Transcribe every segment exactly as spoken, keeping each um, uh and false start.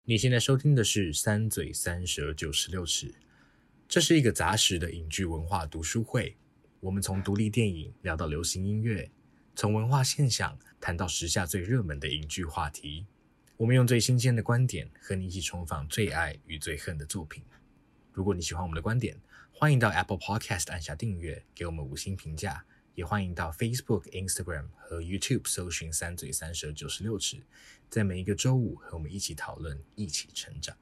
你现在收听的是三嘴三舌九十六尺，这是一个杂食的影剧文化读书会。我们从独立电影聊到流行音乐，从文化现象谈到时下最热门的影剧话题。我们用最新鲜的观点和你一起重访最爱与最恨的作品。如果你喜欢我们的观点，欢迎到 Apple Podcast 按下订阅，给我们五星评价。也欢迎到 Facebook、Instagram 和 YouTube 搜寻三嘴三舌九十六尺，在每一个周五和我们一起讨论，一起成长。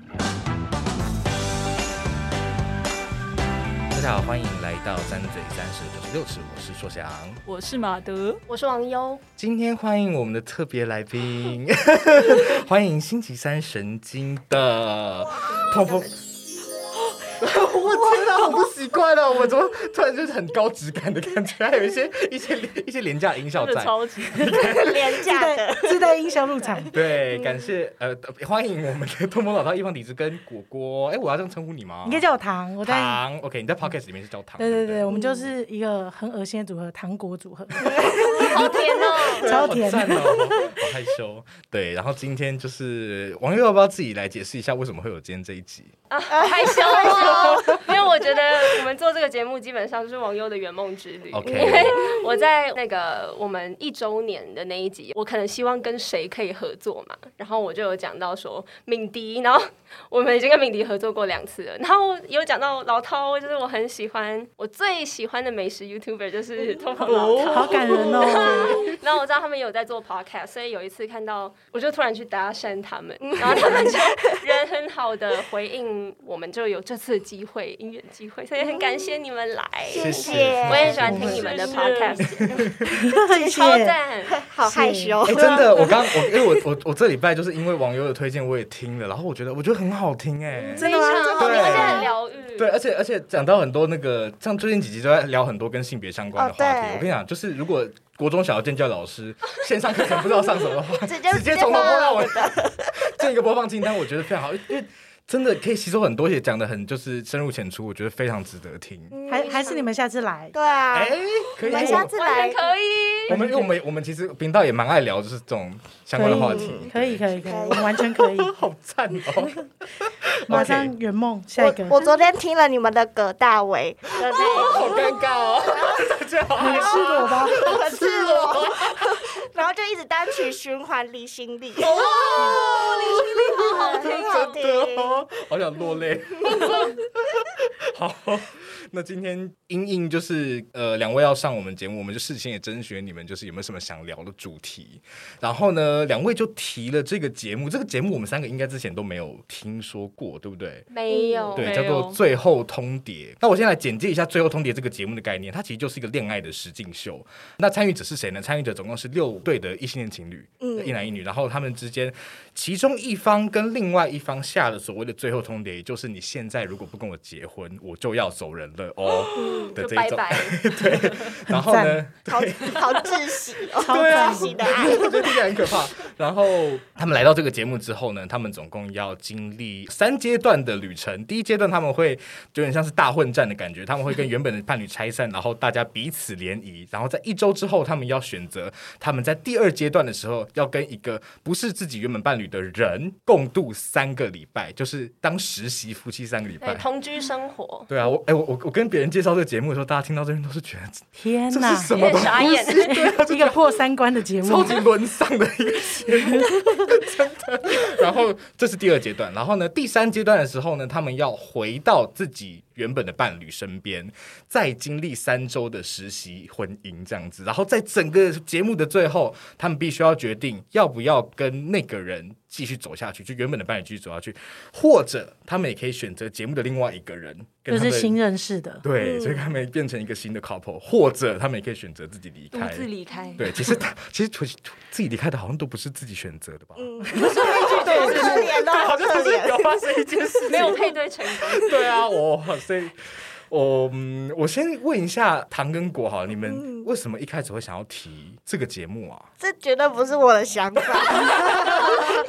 大家好，欢迎来到三嘴三舌九十六尺，我是硕翔， 我是马德， 我是王优。 今天欢迎我们的特别来宾，欢迎星期三神经的痛风。我天哪，好不习惯了！我怎么突然就是很高质感的感觉，还有一些一些一些廉价音效在， 超级廉价的自带音效入场。 对，感谢呃，欢迎我们的东风老饕一方体质跟果果。哎，我要这样称呼你吗？ 你可以叫我糖，我在糖。OK， 你在 Podcast 里面是叫糖。 对对对，我们就是一个很恶心的组合，糖果组合。 好甜哦， 超甜， 好赞哦，好害羞。对，然后今天就是王优，要不要自己来解释一下为什么会有今天这一集？ 啊，害羞哦，因为我觉得我们做这个节目基本上就是王优的圆梦之旅。 OK， 因为我在那个我们一周年的那一集，我可能希望跟谁可以合作嘛，然后我就有讲到说敏迪，然后我们已经跟敏迪合作过两次了，然后有讲到老饕，就是我很喜欢，我最喜欢的美食 YouTuber 就是通风老饕， 好感人哦。 然后我知道他们有在做 podcast， 所以有一次看到，我就突然去搭讪他们，然后他们就人很好的回应。我们就有这次的机会，因缘机会，所以很感谢你们来， 谢谢。 我也很喜欢听你们的 podcast， 超赞， 好害羞。 哎，真的，我刚我因为我我我这礼拜就是因为网友的推荐，我也听了，然后我觉得我觉得很好听哎， 真的吗？ 而且很疗愈。 对，而且而且讲到很多那个，像最近几集都在聊很多跟性别相关的话题。我跟你讲，就是如果国中小的建教老师线上课程不知道上什么的话，直接从头播到尾，建一个播放清单，我觉得非常好，因为。真的可以吸收很多，也讲得很就是深入浅出，我觉得非常值得听。 还还是你们下次来？ 对啊， 哎，可以， 你们下次来可以。 我们因为我们我们其实频道也蛮爱聊，就是这种相关的话题。 可以可以可以，我们完全可以。 好赞哦！ 马上圆梦，下一个。 我昨天听了你们的葛大为， 好尴尬哦，大家好很赤裸吧？ 很赤裸，然后就一直单曲循环《离心力》。 哦，离心力好好听， 好听。 好想落泪。好，那今天因应就是呃两位要上我们节目，我们就事先也甄选你们，就是有没有什么想聊的主题。然后呢，两位就提了这个节目，这个节目我们三个应该之前都没有听说过，对不对？ 没有， 对，叫做《最后通牒》。那我先来简介一下《最后通牒》这个节目的概念，它其实就是一个恋爱的实境秀。那参与者是谁呢？参与者总共是六对的异性恋情侣，嗯、一男一女，然后他们之间其中一方跟另外一方下了所谓的最后通牒，也就是你现在如果不跟我结婚，我就要走人了哦、嗯、的这一种。 拜拜对，然后呢， 好好窒息哦， 超窒息的爱， 我觉得听起来很可怕。然后他们来到这个节目之后呢，他们总共要经历三阶段的旅程。第一阶段他们会有点像是大混战的感觉，他们会跟原本的伴侣拆散，然后大家彼此联谊。然后在一周之后，他们要选择他们在第二阶段的时候要跟一个不是自己原本伴侣的人共度三个礼拜，就是当实习夫妻三个礼拜， 同居生活。 对啊，我哎、欸、我我跟别人介绍这个节目的时候，大家听到这边都是觉得天哪， 这是什么东西？ 傻眼， 对啊， 一个破三观的节目， 超级沦丧的一个节目，真的。然后这是第二阶段，然后呢，第三阶段的时候呢，他们要回到自己原本的伴侣身边，再经历三周的实习婚姻这样子，然后在整个节目的最后，他们必须要决定要不要跟那个人继续走下去，就原本的伴侣继续走下去，或者他们也可以选择节目的另外一个人，跟他们就是新认识的， 对， 嗯、 所以他们变成一个新的 couple， 或者他们也可以选择自己离开， 独自离开。 对，其实他其实自己离开的好像都不是自己选择的吧？ 嗯，不是被拒绝，好可怜哦， 好像是有发生一件事情， 没有配对成功。 对啊，我所以。我嗯，我先问一下糖跟果好了，你们为什么一开始会想要提这个节目啊？ 这绝对不是我的想法，因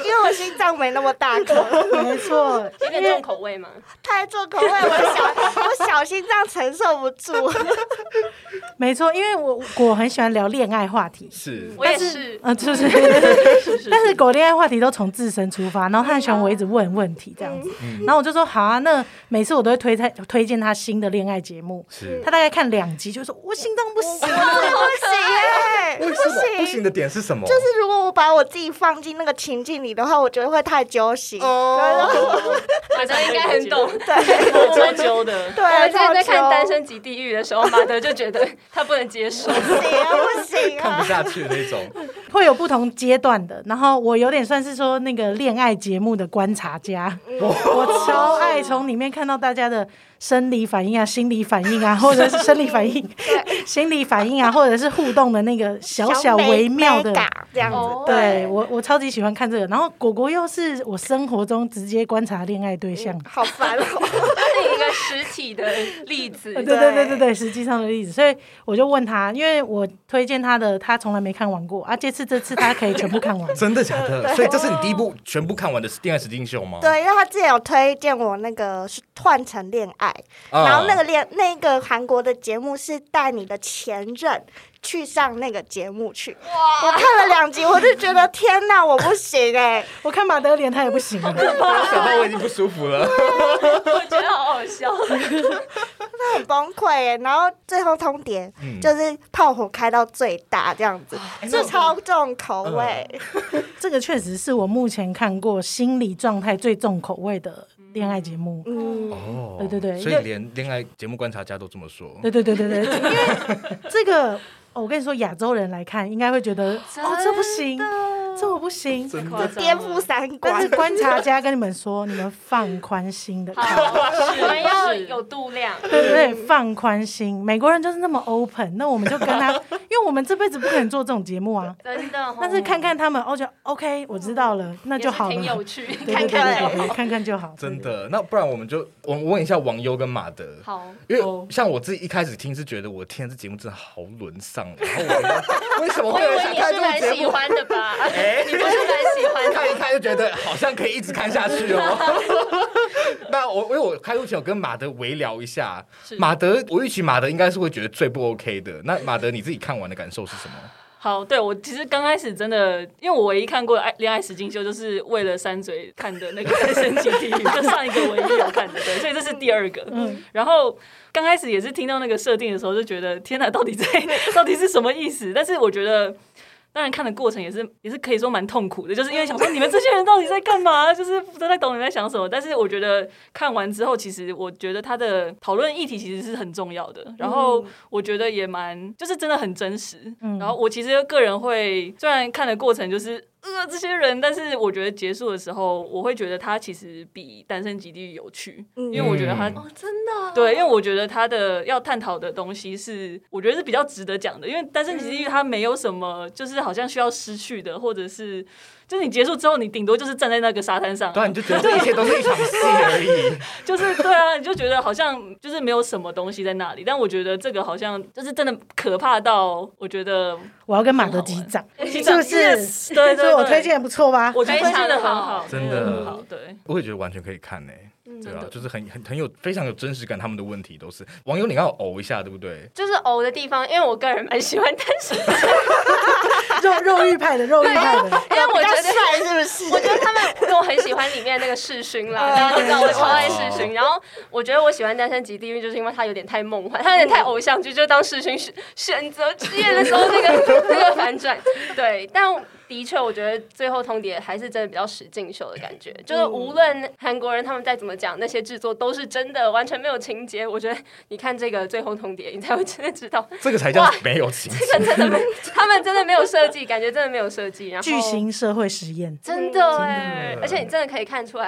因为我心脏没那么大颗。 没错， 有点重口味吗？ 太重口味，我小我小心脏承受不住。 没错，因为我我很喜欢聊恋爱话题， 是， 我也是， 呃，就是是是但是狗恋爱话题都从自身出发，然后他很喜欢我一直问问题这样子，然后我就说好啊，那每次我都会推推推荐他新的恋爱节目， 是他大概看两集就说我心脏不行不了， 行哎、 为什么不行的点是什么？ 就是如果我把我自己放进那个情境里的话，我觉得会太揪心。 哦， 马德应该很懂。 我超揪的。 对， 我之前在看《单身身即地狱》的时候，马德就觉得他不能接受。 不行啊，不行看不啊。 下去的那种。 会有不同阶段的。然后我有点算是说那个恋爱节目的观察家，我超爱从里面看到大家的生理反应啊、心理反应啊，或者是生理反应、心理反应啊，或者是互动的那个小小微妙的。 这样子， 哦对我，我超级喜欢看这个。然后果果又是我生活中直接观察恋爱对象， 好烦哦。 它是一个实体的例子。 对对对对对，实际上的例子。所以我就问他，因为我推荐他的，他从来没看完过啊。这次这次他可以全部看完。 真的假的？所以这是你第一部全部看完的《恋爱实境秀》吗？ 对，因为他之前有推荐我那个是换成恋爱， 嗯然后那个恋那个韩国的节目是带你的前任去上那个节目去。我看了两集，我就觉得天哪，我不行哎、 我看马德莲他也不行了， 想到我已经不舒服了。 我觉得好好笑。 他很崩溃哎。然后最后通牒、 嗯就是炮火开到最大这样子，是超重口味。 这个确实是我目前看过心理状态最重口味的恋爱节目。 嗯， 哦对对对所以连恋爱节目观察家都这么说。 对对对对对，因为这个、哦、我跟你说，亚洲人来看应该会觉得哦这不行，这我不行。 真的颠覆三观但是。观察家跟你们说，你们放宽心的看。 好，我们要有度量。 对对对，放宽心。美国人就是那么 open， 那我们就跟他，因为我们这辈子不可能做这种节目啊。 真的哦， 但是看看他们，哦，就 OK， 我知道了，那就好了。 也是挺有趣， 对看对对对对， 看就好。 看看就好。 真的，那不然我们就我我问一下王优跟马德， 好， 因为像我自己一开始听是觉得我天这节目真的好沦丧，然后我觉得为什么我以会有人想为你是蛮看这个节目？ 喜欢的吧？ 哎你不是蛮喜欢的？ 看一看就觉得好像可以一直看下去哦。那我因为我开录前有跟马德微聊一下，马德我预期马德应该是会觉得最不 OK 的。那马德你自己看完的感受是什么？ 好，对我其实刚开始真的，因为我唯一看过的爱恋爱实境秀，就是为了山嘴看的那个《单身即地狱》，就上一个唯一有看的，对，所以这是第二个。嗯，然后刚开始也是听到那个设定的时候，就觉得天哪，到底在到底是什么意思？但是我觉得。当然看的过程也是也是可以说蛮痛苦的，就是因为想说你们这些人到底在干嘛，就是不太懂你在想什么。但是我觉得看完之后，其实我觉得他的讨论议题其实是很重要的，然后我觉得也蛮就是真的很真实。 嗯然后我其实个人会虽然看的过程就是呃这些人，但是我觉得结束的时候，我会觉得他其实比《单身即地狱》有趣， 嗯因为我觉得他哦，真的哦。 对，因为我觉得他的要探讨的东西是，我觉得是比较值得讲的。因为单身即地狱它没有什么，就是好像需要失去的，或者是就是你结束之后，你顶多就是站在那个沙滩上， 对啊，你就觉得这一切都是一场戏而已。 就是对啊，你就觉得好像就是没有什么东西在那里。但我觉得这个好像就是真的可怕到，我觉得我要跟马德击掌， 是是不是？ yes，对对对， 所以我推荐的不错吧？ 我觉得推荐的很非常好好， 真的很好，对。 我也觉得完全可以看呢、 嗯对啊，就是很很很有非常有真实感，他们的问题都是网友，你刚刚有偶一下对不对？ 就是偶的地方，因为我个人蛮喜欢单身， 肉肉欲派的，肉欲派的。 因为我比较觉得。 帅是不是？ 我觉得他们，因为我很喜欢里面那个世勋啦，大家都知道我超爱世勋。然后我觉得我喜欢《单身即地狱》，就是因为他有点太梦幻，他有点太偶像剧，就当世勋选选择职业的时候那个那个反转。对，但的确，我觉得最后通牒还是真的比较实境秀的感觉，就是无论韩国人他们再怎么讲，那些制作都是真的，完全没有情节。我觉得你看这个最后通牒，你才会真的知道， 这个才叫没有情节。 这个真的没，他们真的没有设计，感觉真的没有设计，然后巨型社会实验， 真的哎，而且你真的可以看出来，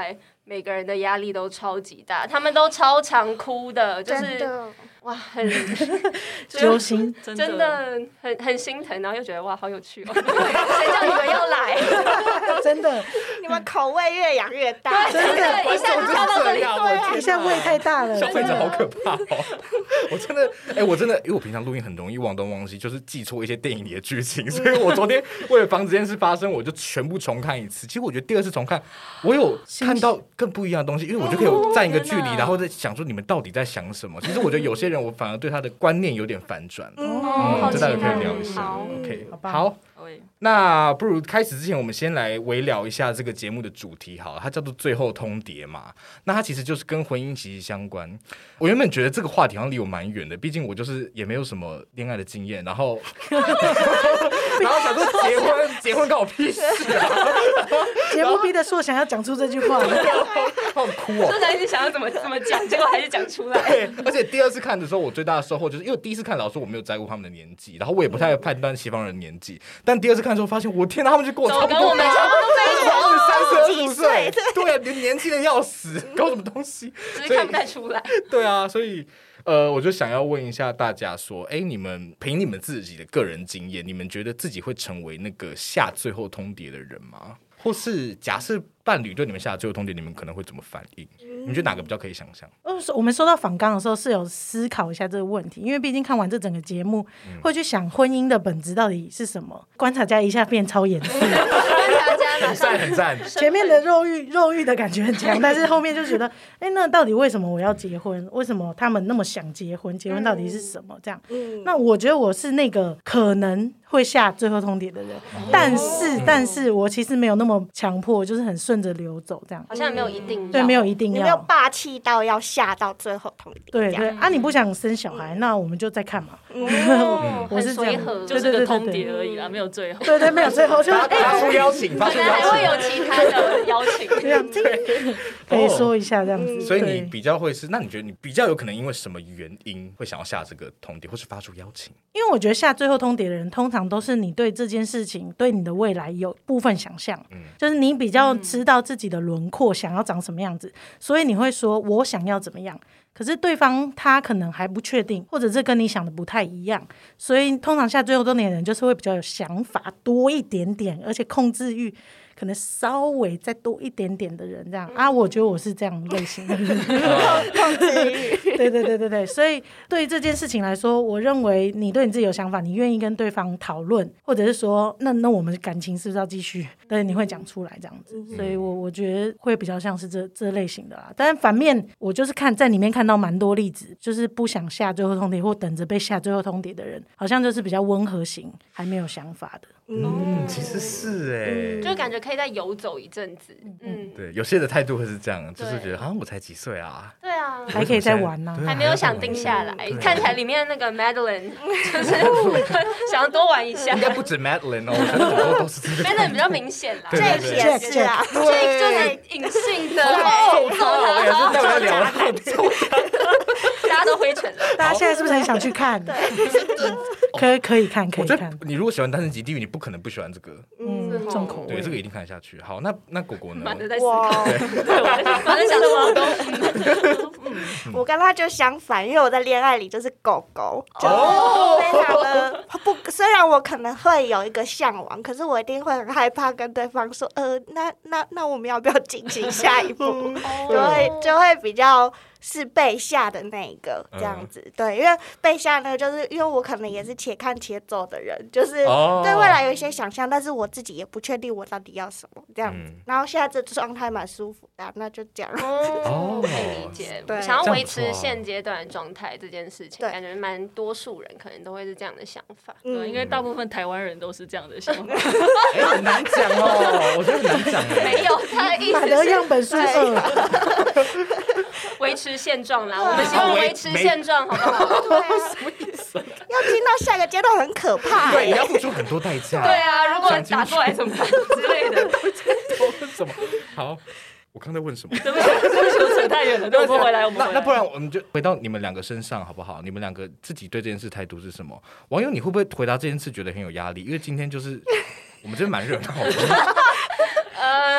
每个人的压力都超级大，他们都超常哭的，就是哇，很揪心， 真的, 真的很很心疼，然后又觉得哇，好有趣哦！谁叫你们要来？ 真的， 你们口味越养越大， 真的，一下就跳到这里， 对，一下胃太大了， 消费者好可怕哦！我真的，哎、欸，我真的，因为我平常录音很容易忘东忘西，就是记错一些电影里的剧情，所以我昨天为了防止这件事发生，我就全部重看一次。其实我觉得第二次重看，我有看到更不一样的东西，因为我就可以站一个距离，然后再想说你们到底在想什么。其实我觉得有些人我反而对他的观念有点反转，嗯，这大家可以聊一下。OK， 好。那不如开始之前，我们先来微聊一下这个节目的主题好了，它叫做最后通牒嘛。那它其实就是跟婚姻息息相关。我原本觉得这个话题好像离我蛮远的，毕竟我就是也没有什么恋爱的经验，然后然后想说结婚结婚关我屁事啊！ 节目逼的硕想要讲出这句话， 好哭哦！ 硕想一直想要怎么怎么讲，结果还是讲出来。 对，而且第二次看的时候，我最大的收获就是因为第一次看老师我没有在乎他们的年纪，然后我也不太判断西方人的年纪，但第二次看的时候发现，我天哪，他们就跟我差不多， 跟我们差不多在一起， 二十三岁、二十五岁，对啊，连年轻的要死，搞什么东西？ 只是看不太出来。 对啊，所以呃，我就想要问一下大家说，哎，你们凭你们自己的个人经验，你们觉得自己会成为那个下最后通牒的人吗？或是假设伴侣对你们下最后通牒，你们可能会怎么反应？你们觉得哪个比较可以想象？ 我们收到访纲的时候是有思考一下这个问题，因为毕竟看完这整个节目，嗯、会去想婚姻的本质到底是什么。观察家一下变超严肃，观察家很赞很赞。 前面的肉欲肉欲的感觉很强，但是后面就觉得，哎，那到底为什么我要结婚？为什么他们那么想结婚？结婚到底是什么？这样，嗯、那我觉得我是那个可能会下最后通牒的人，哦、但是但是我其实没有那么强迫，就是很顺着流走这样。 好像也没有一定要， 对，没有一定要， 你没有霸气到要下到最后通牒。 对对啊，你不想生小孩，嗯、那我们就再看嘛。 嗯、 我是这样， 就是个通牒而已啦，没有最后。 对对，没有最后，就发出邀请，发出邀请， 还会有其他的邀请， 这样可以说一下这样子。 所以你比较会是，那你觉得你比较有可能因为什么原因会想要下这个通牒，或是发出邀请？ 因为我觉得下最后通牒的人，通常都是你对这件事情、对你的未来有部分想象，嗯、就是你比较知道自己的轮廓想要长什么样子，所以你会说我想要怎么样。可是对方他可能还不确定，或者是跟你想的不太一样，所以通常下最后通牒的人就是会比较有想法多一点点，而且控制欲可能稍微再多一点点的人这样啊，我觉得我是这样类型的人， 控制欲， 对对对对对，所以对于这件事情来说，我认为你对你自己有想法，你愿意跟对方讨论，或者是说，那那我们感情是不是要继续？对，你会讲出来这样子，所以我我觉得会比较像是这这类型的啦。但是反面，我就是看在里面看到蛮多例子，就是不想下最后通牒或等着被下最后通牒的人，好像就是比较温和型，还没有想法的。 嗯，其实是哎、欸， 就感觉可以再游走一阵子。嗯， 对，有些的态度会是这样，就是觉得好像我才几岁啊， 对啊， 还可以再玩呢、啊， 还没有想定下来。看起来里面那个 Madeline 就是想要多玩一下， 应该不止 Madeline 哦，我觉得很多都是这个 Madeline 比较明显啦， 这也是啊， 这就是隐性的后头，我也是在聊后头。 大家都灰尘了， 大家现在是不是很想去看？可以可以看，可以看。 你如果喜欢《单身级地狱》，你不可能不喜欢这个， 嗯，重口味， 对，这个一定看得下去。好，那那果果呢？ 满的在思考，对，满的想什么都。 我跟他就相反，因为我在恋爱里就是狗狗，就非常的不。虽然我可能会有一个向往，可是我一定会很害怕跟对方说，呃，那那那我们要不要进行下一步？就会就会比较。是被下的那一个这样子，嗯、对，因为被下呢，就是因为我可能也是且看且走的人，就是对未来有一些想象，但是我自己也不确定我到底要什么这样子。嗯、然后现在这状态蛮舒服的，那就这样。 哦，可以理解。 对， 想要维持现阶段的状态这件事情，感觉蛮多数人可能都会是这样的想法。 对，因为大部分台湾人都是这样的想法。 哎，很难讲哦，我觉得很难讲。 没有，他的意思是样本数二。 维持现状啦，我们希望维持现状，好不好？ 对啊，什么意思？要进到下一个阶段很可怕、欸， 对，你要付出很多代价。 对啊，如果打过来怎么办之类的？ 什么？好，我刚才问什么？ 对不起，对不起，我扯太远了，对，我们回来，我们回来。 那那不然我们就回到你们两个身上好不好？你们两个自己对这件事态度是什么？网友，你会不会回答这件事觉得很有压力？因为今天就是我们这边蛮热闹的。 呃，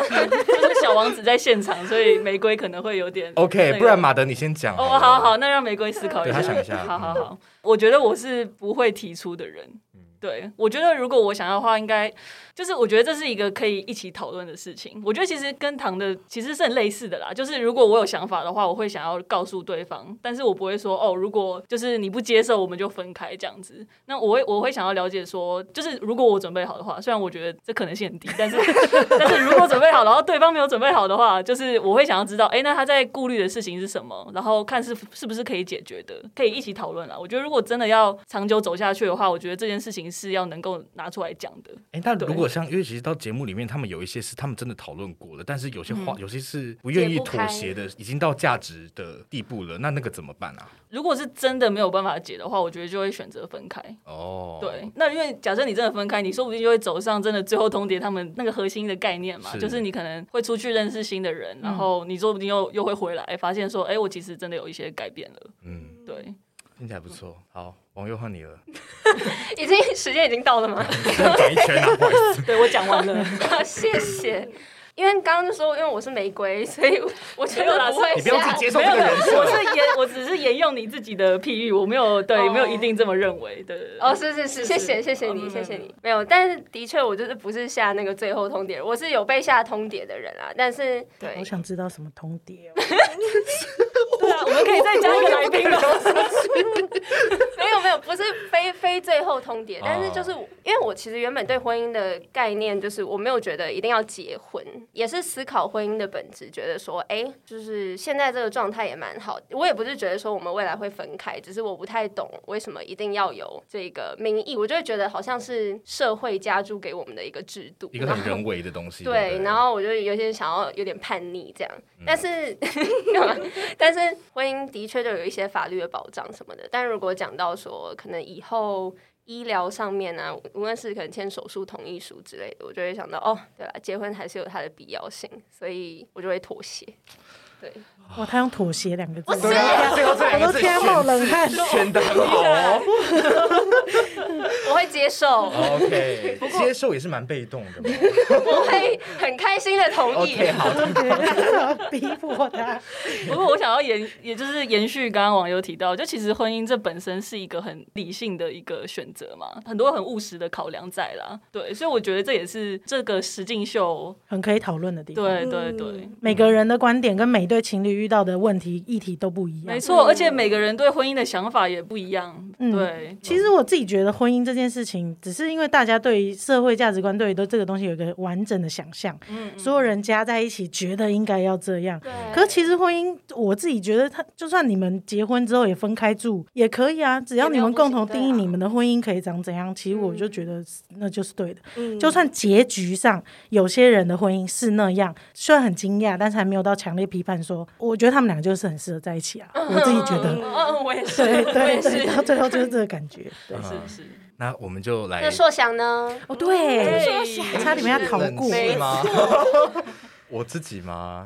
就是小王子在现场，所以玫瑰可能会有点 OK， 那个、 不然马德你先讲。 哦，好好好，那让玫瑰思考一下。 对他想一下。 好好好，我觉得我是不会提出的人。对，我觉得如果我想要的话，应该就是我觉得这是一个可以一起讨论的事情。我觉得其实跟唐的其实是很类似的啦，就是如果我有想法的话，我会想要告诉对方，但是我不会说哦，如果就是你不接受，我们就分开这样子。那我会我会想要了解说，就是如果我准备好的话，虽然我觉得这可能性很低，但是但是如果准备好，然后对方没有准备好的话，就是我会想要知道，哎，那他在顾虑的事情是什么，然后看是是不是可以解决的，可以一起讨论啦。我觉得如果真的要长久走下去的话，我觉得这件事情是要能够拿出来讲的。 哎，那如果像因为其实到节目里面，他们有一些是他们真的讨论过的，但是有些话、嗯、有些是不愿意妥协的，已经到价值的地步了，那那个怎么办啊？ 如果是真的没有办法解的话，我觉得就会选择分开。哦，对，那因为假设你真的分开，你说不定就会走上真的最后通牒他们那个核心的概念嘛，是就是你可能会出去认识新的人，然后你说不定又又会回来，发现说，哎，我其实真的有一些改变了。嗯，对。 听起来不错，好，王佑换你了。 已经时间已经到了吗？ 转一圈啊，不好意思。 对，我讲完了。 好，谢谢。因为刚刚就说，因为我是玫瑰，所以我觉得不会。 你不用去接受这个人设。 我是沿，我只是沿用你自己的譬喻，我没有对，没有一定这么认为。对对对。 哦，是是是，谢谢谢谢你，谢谢你。没有，但是的确，我就是不是下那个最后通牒，我是有被下通牒的人啊。但是，对， 我想知道什么通牒哦。 对啊，我们可以再加一个来宾吗？ 没有没有，不是非非最后通牒，但是就是因为我其实原本对婚姻的概念就是我没有觉得一定要结婚，也是思考婚姻的本质，觉得说哎，就是现在这个状态也蛮好。我也不是觉得说我们未来会分开，只是我不太懂为什么一定要有这个名义，我就会觉得好像是社会加注给我们的一个制度， 一个很人为的东西。 对， 对对， 然后我就有些想要有点叛逆这样，嗯、但是但是婚姻的确就有一些法律的保障什么的。但如果讲到说可能以后医疗上面啊，无论是可能签手术同意书之类的，我就会想到哦，对啦，结婚还是有它的必要性，所以我就会妥协。对， 哇，他用妥协两个字， 对啊，最后这两个字我都天冒冷汗， 选得很好哦。 我会接受 ，OK， 接受也是蛮被动的嘛。 我会很开心的同意。 OK， 好， 逼迫他。 不过我想要延，也就是延续刚刚网友提到，就其实婚姻这本身是一个很理性的一个选择嘛，很多很务实的考量在啦。对，所以我觉得这也是这个实境秀很可以讨论的地方。 对对对、嗯， 每个人的观点跟每对情侣遇到的问题议题都不一样。 没错，而且每个人对婚姻的想法也不一样。嗯、对， 其实我自己觉得婚姻这件事情，只是因为大家对于社会价值观对于这个东西有一个完整的想象，嗯嗯，所有人加在一起觉得应该要这样。可是其实婚姻，我自己觉得它就算你们结婚之后也分开住也可以啊，只要你们共同定义你们的婚姻可以长怎样，其实我就觉得那就是对的。嗯、就算结局上有些人的婚姻是那样，虽然很惊讶，但是还没有到强烈批判说，我觉得他们俩就是很适合在一起啊。嗯、我自己觉得， 嗯，嗯我也是， 对对对，到最后就是这个感觉。对， 是是。 那我们就来。 那硕翔呢？ 哦，对，硕翔差点要逃过吗？我自己吗？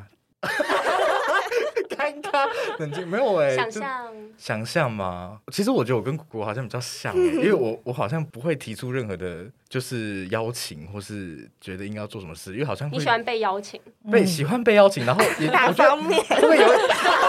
尴尬，冷静，没有哎、欸。 想象， 想象吗？其实我觉得我跟果果好像比较像、欸，因为我我好像不会提出任何的，就是邀请或是觉得应该要做什么事，因为好像你喜欢被邀请， 被喜欢被邀请，然后也哪方面会不会有？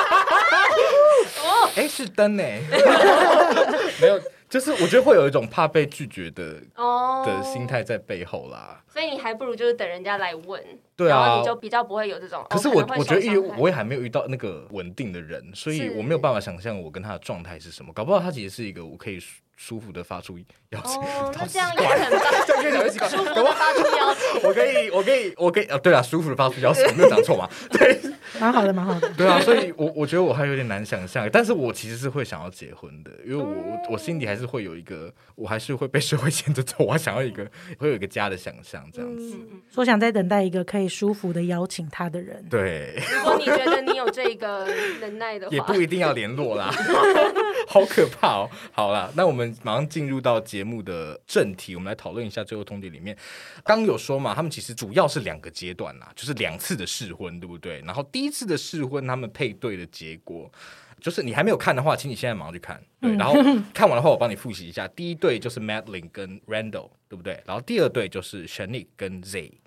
哎、欸，是灯哎、欸，没有。就是我觉得会有一种怕被拒绝的、oh, 的心态在背后啦， 所以你还不如就是等人家来问， 对啊， 然后你就比较不会有这种。 可是我、 哦、 我觉得因为我也还没有遇到那个稳定的人，所以我没有办法想象我跟他的状态是什么。搞不好他其实是一个我可以舒服的发出邀请， 哦，那这样也很棒， 这样可以讲奇怪， 舒服的发出邀请， 我可以，我可以，我可以，啊，对啊，舒服的发出邀请，没有讲错嘛？对， 蛮好的，蛮好的。 对啊，所以我我觉得我还有点难想象，但是我其实是会想要结婚的，因为我、嗯、我心里还是会有一个，我还是会被社会牵着走，我还想要一个会有一个家的想象，这样子。 嗯、说想在等待一个可以舒服的邀请他的人。 对， 如果你觉得你有这个能耐的话， 也不一定要联络啦，好可怕哦。好啦，那我们马上进入到节目的正题，我们来讨论一下最后通牒里面，刚有说嘛，他们其实主要是两个阶段啦，就是两次的试婚，对不对？然后第一次的试婚，他们配对的结果。就是你还没有看的话，请你现在马上去看。对，然后看完的话，我帮你复习一下。第一对就是 Madeline 跟 Randall， 对不对？然后第二对就是 Shanique 跟 Zay。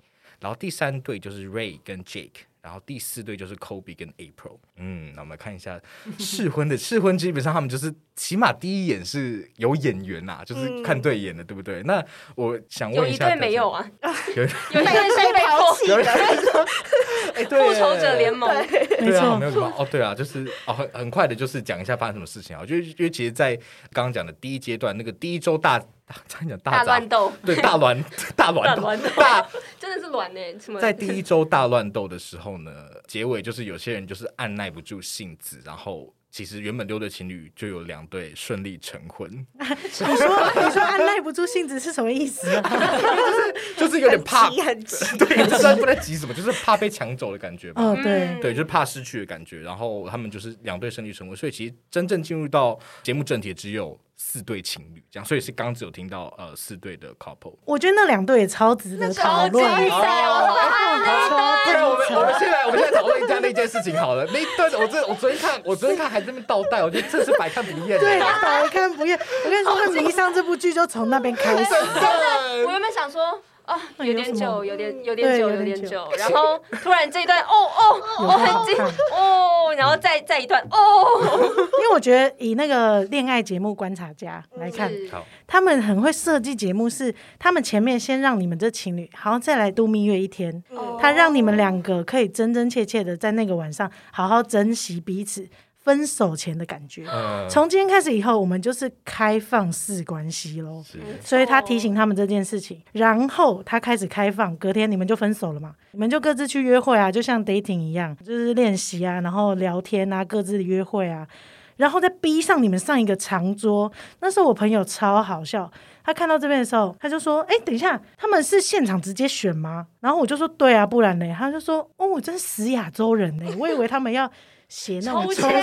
然后第三对就是 Ray 跟 Jake， 然后第四对就是 Kobe 跟 April。嗯，那我们看一下试婚的试婚，基本上他们就是起码第一眼是有眼缘呐、啊，就是看对眼的，对不对？那我想问一下， 有一对没有啊？ 有有一对是被抛弃的， 哎，对， 复仇者联盟， 对啊，没有什么哦，对啊，就是哦，很很快的，就是讲一下发生什么事情啊。我觉得，因为其实，在刚刚讲的第一阶段，那个第一周大，讲讲大乱斗， 对，大乱大乱斗， 大真的是乱呢。什么？ 在第一周大乱斗的时候呢，结尾就是有些人就是按耐不住性子，然后。其实原本六对情侣就有两对顺利成婚。 你说你说按耐不住性子是什么意思啊？ 就是就是有点怕， 很急很急对，不知道不在急什么，就是怕被抢走的感觉吧。 哦，对对，就是怕失去的感觉。然后他们就是两对顺利成婚，所以其实真正进入到节目正题只有四对情侣这样，所以是刚只有听到呃四对的 couple。 我觉得那两对也超值得讨论。 不然我们我们现在我们现在讨论一下那件事情好了。那一段我这我昨天看我昨天看还在那边倒带，我觉得这是百看不厌。 对，百看不厌。我跟你说，迷上这部剧就从那边开始。 我原本想说。啊，有点久，有点有点久，有点久。然后突然这一段，哦哦，我很近哦，然后再再一段，哦。 因为我觉得以那个恋爱节目观察家来看，他们很会设计节目，是他们前面先让你们这情侣，好像再来度蜜月一天，他让你们两个可以真真切切的在那个晚上好好珍惜彼此。分手前的感觉，从、嗯、今天开始以后，我们就是开放式关系咯。所以他提醒他们这件事情，然后他开始开放，隔天你们就分手了嘛，你们就各自去约会啊，就像 dating 一样，就是练习啊，然后聊天啊，各自约会啊，然后再逼上你们上一个长桌。那时候我朋友超好笑，他看到这边的时候，他就说：“哎，等一下，他们是现场直接选吗？”然后我就说：“对啊，不然呢？”他就说：“哦，我真是死亚洲人呢，我以为他们要。”写那种抽签，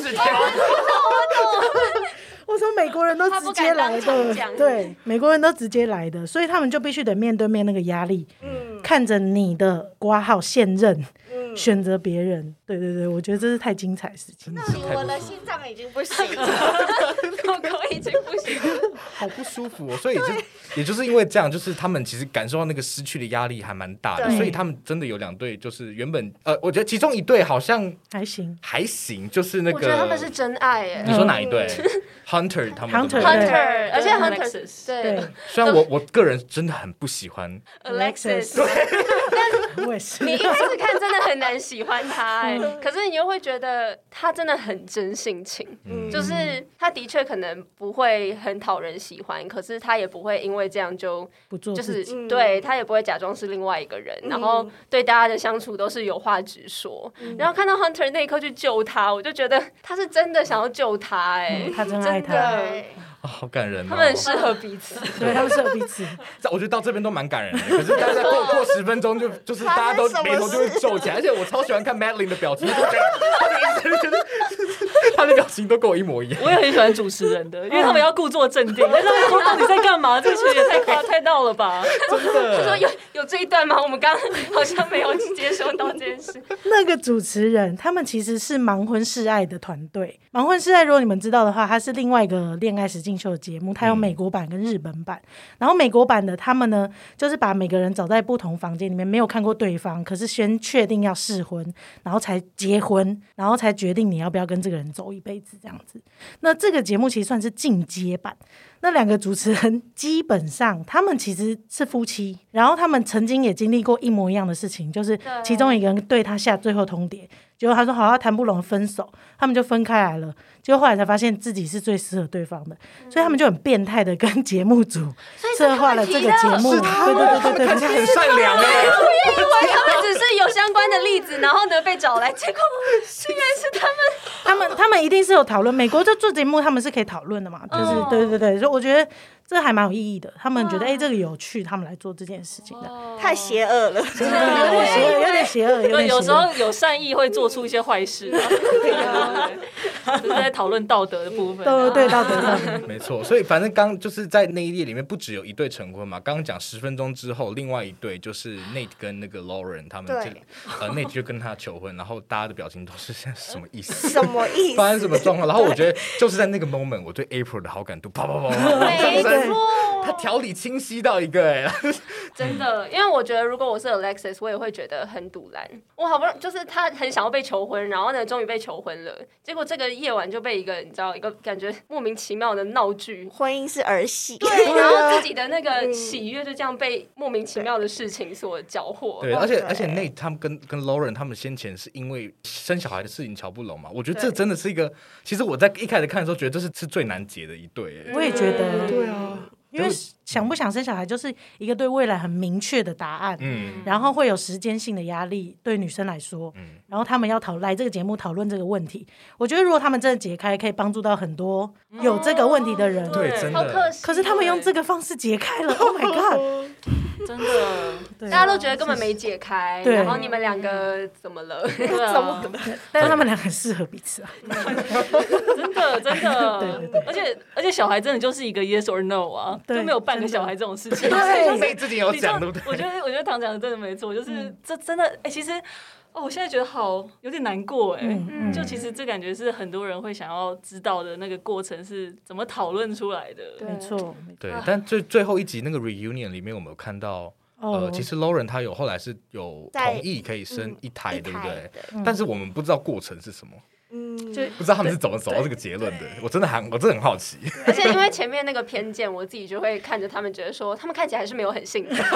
我说美国人都直接来的，对，美国人都直接来的，所以他们就必须得面对面那个压力，嗯、看着你的挂号现任。嗯、选择别人，对对对，我觉得这是太精彩的事情。 那我的心脏已经不行了， 狗狗已经不行了， 好不舒服哦。所以也就也就是因为这样，就是他们其实感受到那个失去的压力还蛮大的，所以他们真的有两对，就是原本呃，我觉得其中一对好像还行， 还行，就是那个， 我觉得他们是真爱耶。 你说哪一对？ Hunter 他们 Hunter Hunter， 而且 Hunter 对， 虽然我我个人真的很不喜欢 Alexis， 我也是。 你一开始看真的很难喜欢他哎、欸，可是你又会觉得他真的很真性情，嗯、就是他的确可能不会很讨人喜欢，可是他也不会因为这样就不做， 就是对他也不会假装是另外一个人，嗯、然后对大家的相处都是有话直说。嗯、然后看到 Hunter 那一刻去救他，我就觉得他是真的想要救他哎、欸嗯， 他真爱他。 哦、好感人、哦， 他们很适合彼此， 对，他们适合彼此。 我觉得到这边都蛮感人的，可是大家过过十分钟就就是大家都眉头就会皱起来，而且我超喜欢看 Madeline 的表情，他的他的表情都跟我一模一样。 我也很喜欢主持人的，因为他们要故作镇定，但是他们到底在干嘛？这个其实也太夸太闹了吧？ 真的。 他说有有这一段吗？我们刚刚好像没有接收到这件事。 那个主持人他们其实是盲婚试爱的团队，盲婚试爱如果你们知道的话，它是另外一个恋爱实境秀的节目，它有美国版跟日本版。然后美国版的他们呢，就是把每个人找在不同房间里面，没有看过对方，可是先确定要试婚，然后才结婚，然后才决定你要不要跟这个人走一辈子这样子。那这个节目其实算是进阶版。那两个主持人基本上他们其实是夫妻，然后他们曾经也经历过一模一样的事情，就是其中一个人对他下最后通牒，结果他说好，他谈不拢分手，他们就分开来了。结果后来才发现自己是最适合对方的，所以他们就很变态的跟节目组策划了这个节目。对对对对对， 看起来很善良哎。 我以为他们只是有相关的例子，然后呢被找来，结果竟然是他们。 他们他们一定是有讨论，美国就做节目他们是可以讨论的嘛，就是、哦、对对对，所以我觉得这还蛮有意义的。他们觉得哎、欸、这个有趣，他们来做这件事情的。 哦、太邪恶了， 真的有点邪恶，有点邪恶，有点邪恶。 有时候有善意会做出一些坏事，就是在讨论道德的部分。 对对，道德上没错。所以反正刚就是在那一页里面，不只有一对成婚嘛。刚刚讲十分钟之后，另外一对就是 Nate 跟那个 Lauren 他们这里，呃 Nate 就跟他求婚，然后大家的表情都是现在是什么意思？ 什么意思？ 发生什么状况？然后我觉得就是在那个 moment， 我对 April 的好感度啪啪啪啪， 没错， 他条理清晰到一个哎， 真的，因为我觉得如果我是 Alexis， 我也会觉得很堵然。我好不容易就是他很想要被求婚，然后呢，终于被求婚了，结果这个夜晚就被一个你知道一个感觉莫名其妙的闹剧， 婚姻是儿戏， 对，然后自己的那个喜悦就这样被莫名其妙的事情所搅和。 对，而且而且 Nate 他们跟跟 Lauren 他们先前是因为生小孩的事情瞧不拢嘛，我觉得这真的是一个，其实我在一开始看的时候觉得这是是最难解的一对。 我也觉得， 对啊。 因为想不想生小孩就是一个对未来很明确的答案，嗯，然后会有时间性的压力，对女生来说，嗯，然后他们要讨来这个节目讨论这个问题，我觉得如果他们真的解开，可以帮助到很多有这个问题的人， 嗯、对，真的。 好可惜， 可是他们用这个方式解开了 ，Oh my god！ 真的， 大家都觉得根本没解开，然后你们两个怎么了？ 对啊， 怎么了？ 但是他们俩很适合彼此啊， 真的真的， 对对对， 而且而且小孩真的就是一个 yes or no 啊，就没有半个小孩这种事情。 对，所以自己有讲对不对？ 我觉得我觉得唐讲的真的没错，就是、嗯、这真的哎、欸，其实。哦，我现在觉得好有点难过哎、欸嗯，就其实这感觉是很多人会想要知道的那个过程是怎么讨论出来的， 没错， 对。但最最后一集那个 reunion 里面，我们有看到，哦、呃，其实 Lauren 他有后来是有同意可以生一胎，对不对？嗯、但是我们不知道过程是什么。嗯，就不知道他们是怎么走到这个结论的，我真的很，我真的很好奇。 而且因为前面那个偏见，我自己就会看着他们，觉得说他们看起来还是没有很幸福。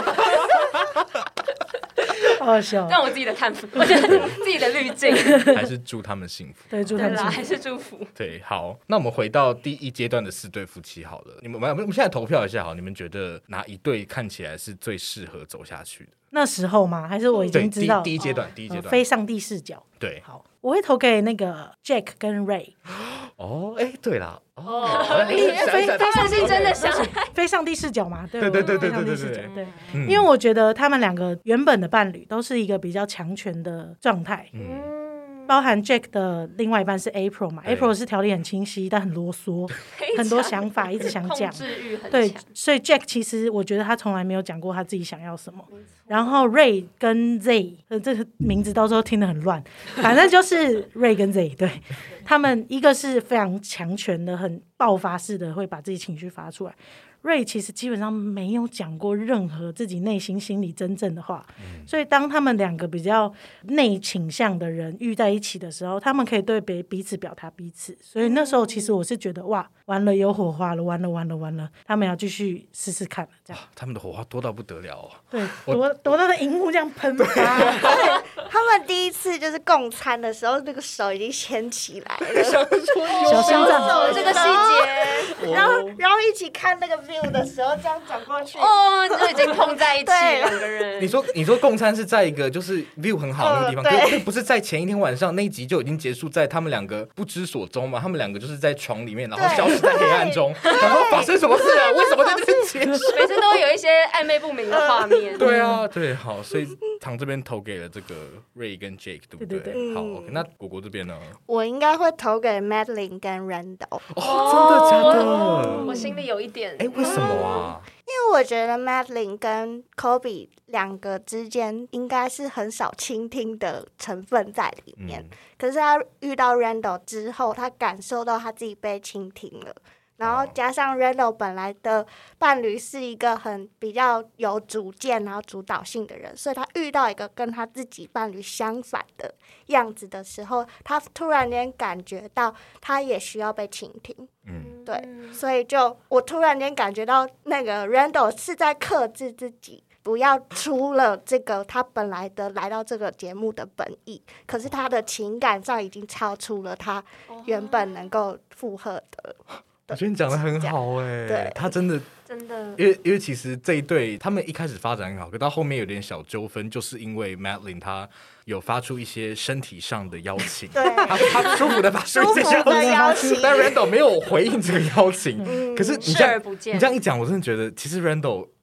好笑， 让我自己的看法，我觉得自己的滤镜， 还是祝他们幸福。 对，祝他们幸福， 还是祝福。 对，好，那我们回到第一阶段的四对夫妻好了，你们我们现在投票一下好，你们觉得哪一对看起来是最适合走下去的？ 那时候吗？还是我已经知道？ 第一阶段，第一阶段， 非上帝视角。 对， 好，我会投给那个 Jack 跟 Ray。 哦，哎，对啦，哦， 非非上帝真的想非上帝视角嘛？对对对对对对对对对，因为我觉得他们两个原本的伴侣都是一个比较强权的状态。嗯。包含 Jack 的另外一半是 April 嘛 ，April 是条理很清晰，但很啰嗦，很多想法一直想讲，对，所以 Jack 其实我觉得他从来没有讲过他自己想要什么。然后 Ray 跟 Z， 这个名字到时候听得很乱，反正就是 Ray 跟 Z， 对，他们一个是非常强权的，很爆发式的，会把自己情绪发出来。Ray 其实基本上没有讲过任何自己内心心里真正的话、嗯、所以当他们两个比较内倾向的人遇在一起的时候，他们可以对彼此表达彼此，所以那时候其实我是觉得哇，完了有火花了，完了完了完了，他们要继续试试看这样、啊、 他们的火花多到不得了哦， 对，多多到的荧幕这样喷发他们第一次就是共餐的时候，那个手已经牵起来了小心脏这个细节， 然后然后一起看那个的时候这样转过去哦，就已经碰在一起两个人。 你说你说共餐是在一个就是 view 很好的那个地方，可是不是在前一天晚上那一集就已经结束在他们两个不知所踪嘛？他们两个就是在床里面，然后消失在黑暗中，然后发生什么事啊？为什么在这边结束？ 每次都会有一些暧昧不明的画面。 对啊，对，好，所以唐这边投给了这个 Ray 跟 Jake， 对不对？ 对对对好 ，OK， 那果果这边呢？ 我应该会投给 Madeline 跟 Randall。 哦，真的假的？ 我心里有一点。 哎，为什么啊？ 因为我觉得 Madeline 跟 Kobe 两个之间应该是很少倾听的成分在里面、嗯、可是他遇到 Randall 之后，他感受到他自己被倾听了，然后加上 Randall 本来的伴侣是一个很比较有主见然后主导性的人，所以他遇到一个跟他自己伴侣相反的样子的时候，他突然间感觉到他也需要被倾听。嗯，对，所以就我突然间感觉到那个 Randall 是在克制自己，不要出了这个他本来的来到这个节目的本意，可是他的情感上已经超出了他原本能够负荷的。 我觉得你讲得很好哎、欸， 对， 他真的真的， 因为因为其实这一对他们一开始发展很好，可到后面有点小纠纷，就是因为 Madeline 他有发出一些身体上的邀请， 对， 他他舒服的发出一些邀请，但 Randall 没有回应这个邀请。嗯、可是你这样你这样一讲，我真的觉得其实 Randall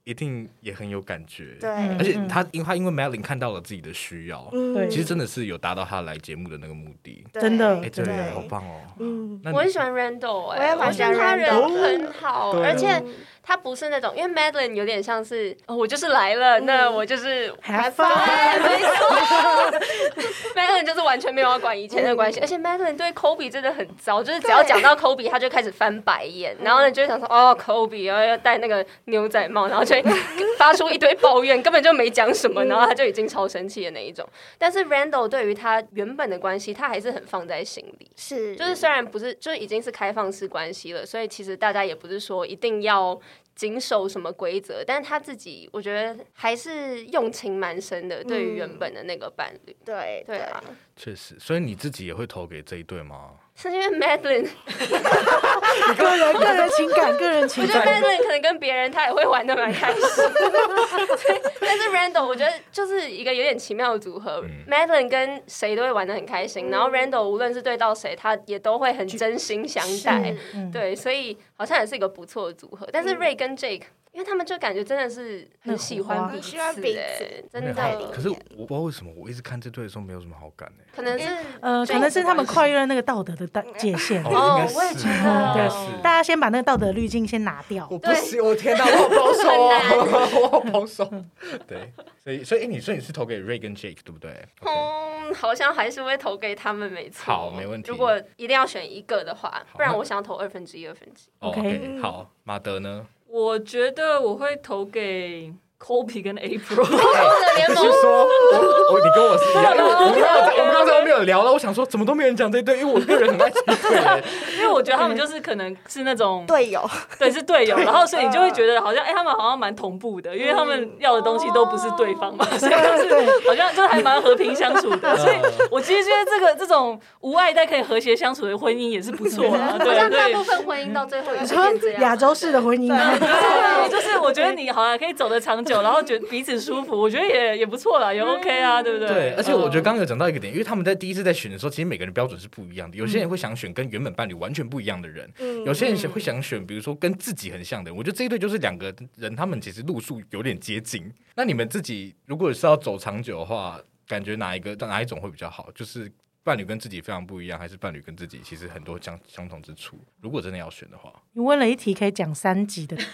一定也很有感觉。 对， 而且他因为他因为 Madeline 看到了自己的需要， 对其实真的是有达到他来节目的那个目的。 真的哎，对，好棒哦。嗯， 我很喜欢 Randall， 哎、欸， 我也蛮喜欢 Randall， 他人 Randall 很好， 对而且他不是那种，因为 Madeline 有点像是、哦、我就是来了，嗯、那我就是 have fun， 没错。Madeline 就是完全没有要管以前的关系，而且 Madeline 对 Kobe 真的很糟，就是只要讲到 Kobe， 他就开始翻白眼，然后呢就会想说哦 Kobe， 然后要戴那个牛仔帽，然后就会发出一堆抱怨，根本就没讲什么，然后他就已经超生气的那一种。但是 Randall 对于他原本的关系，他还是很放在心里， 是， 就是虽然不是，就已经是开放式关系了，所以其实大家也不是说一定要谨守什么规则，但是他自己我觉得还是用情蛮深的，对于原本的那个伴侣。 对对啊， 确实。所以你自己也会投给这一对吗？ 是因为 Madeline， 你个人个人情感，个人情我觉得感。 Madeline 可能跟别人他也会玩得蛮开心，但是 Randall 我觉得就是一个有点奇妙的组合。嗯、Madeline 跟谁都会玩得很开心，嗯、然后 Randall 无论是对到谁，他也都会很真心相待。嗯、对，所以好像也是一个不错的组合。但是 Ray 跟 Jake，因为他们就感觉真的是很喜欢彼此、欸，真的。 可是我不知道为什么，我一直看这对的时候没有什么好感、欸、 可能是呃，可能是他们跨越了那个道德的界限。 哦，我也觉得， 对，大家先把那个道德滤镜先拿掉。 我不行，我天哪，我好保守哦，我好保守。对，所以所以你所以你是投给 Ray 跟 Jake 对不对？ 嗯，好像还是会投给他们，没错。 好，没问题。 如果一定要选一个的话，不然我想投二分之一，二分之一。 OK， 好，马德呢？ 我觉得我会投给 Kobe 跟 April。 的联盟。 是说，我我你跟我是一样，我们刚才我们刚才后面有聊了，我想说怎么都没有人讲这一对，因为我个人很爱这一对， 因为我觉得他们就是可能是那种队友， 对，是队友，然后所以你就会觉得好像哎、欸，他们好像蛮同步的，因为他们要的东西都不是对方嘛，所以就是好像就还蛮和平相处的。所以我其实觉得这个这种无爱但可以和谐相处的婚姻也是不错啊。对， 好像大部分婚姻到最后也是变这样。 亚洲式的婚姻， 对，就是我觉得你好像可以走得长久，然后觉得彼此舒服，我觉得也也不错啦，也 OK 啊，对不对？ 对，而且我觉得刚刚有讲到一个点，因为他们在第一次在选的时候，其实每个人标准是不一样的。有些人会想选跟原本伴侣完全不一样的人，嗯、有些人会想选，比如说跟自己很像的人。我觉得这一对就是两个人，他们其实路数有点接近。那你们自己如果是要走长久的话，感觉哪一个哪一种会比较好？就是伴侣跟自己非常不一样，还是伴侣跟自己其实很多相相同之处？如果真的要选的话， 你问了一题可以讲三集的题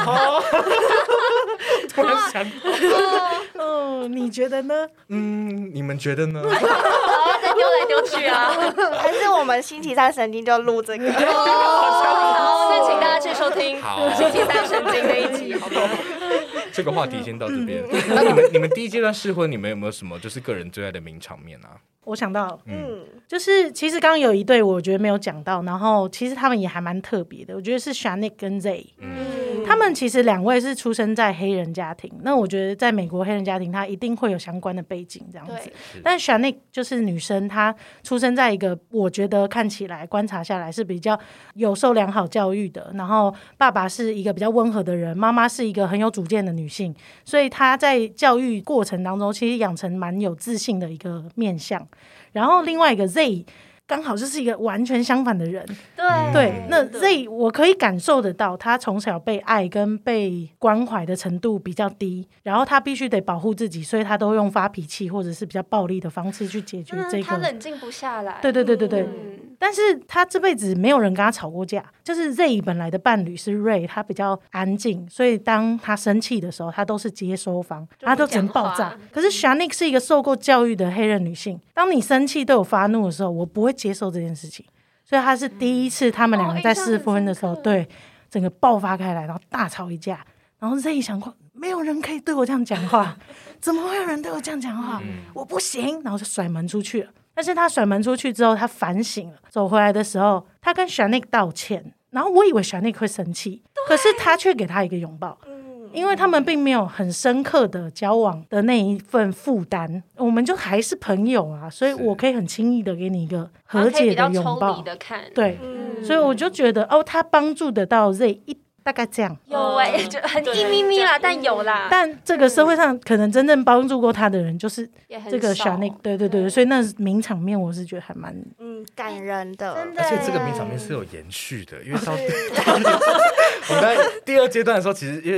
突然想哦，你觉得呢？ 嗯，你们觉得呢？ 好，再丢来丢去啊！ 还是我们星期三神经就录这个？ 好，那请大家去收听星期三神经那一集，好不好？ 这个话题先到这边。那你们你们第一阶段试婚，你们有没有什么就是个人最爱的名场面啊？ 我想到， 嗯， 就是其实刚刚有一对我觉得没有讲到，然后其实他们也还蛮特别的，我觉得是 Shanique 跟 Zay， 嗯，他们其实两位是出生在黑人家庭，那我觉得在美国黑人家庭他一定会有相关的背景这样子，但 Shanique 就是女生，她出生在一个我觉得看起来观察下来是比较有受良好教育的，然后爸爸是一个比较温和的人，妈妈是一个很有主见的女性，所以她在教育过程当中其实养成蛮有自信的一个面向。然后另外一个 Z 刚好就是一个完全相反的人， 对对，那 Z 我可以感受得到，他从小被爱跟被关怀的程度比较低，然后他必须得保护自己，所以他都用发脾气或者是比较暴力的方式去解决这个。 他冷静不下来。 对对对对对。 嗯， 但是他这辈子没有人跟他吵过架，就是 Zay 本来的伴侣是 Ray， 他比较安静，所以当他生气的时候他都是接收方，他都只能爆炸。可是 Shanique 是一个受过教育的黑人女性，当你生气对我发怒的时候，我不会接受这件事情，所以他是第一次他们两个在试婚的时候，对整个爆发开来，然后大吵一架，然后 Zay 想过没有人可以对我这样讲话，怎么会有人对我这样讲话，我不行，然后就甩门出去了。但是他甩门出去之后他反省了，走回来的时候他跟 Shanique 道歉，然后我以为 Shanique 会生气，可是他却给他一个拥抱，因为他们并没有很深刻的交往的那一份负担，我们就还是朋友啊，所以我可以很轻易的给你一个和解的拥抱，对、嗯、所以我就觉得哦，他帮助得到 Z 一大概这样， 有哎、欸，就很一咪咪啦，但有啦。 但这个社会上可能真正帮助过他的人，就是这个 Shanique， 对对对，所以那名场面我是觉得还蛮嗯感人的， 真的。 而且这个名场面是有延续的，因为到我们在第二阶段的时候，其实因为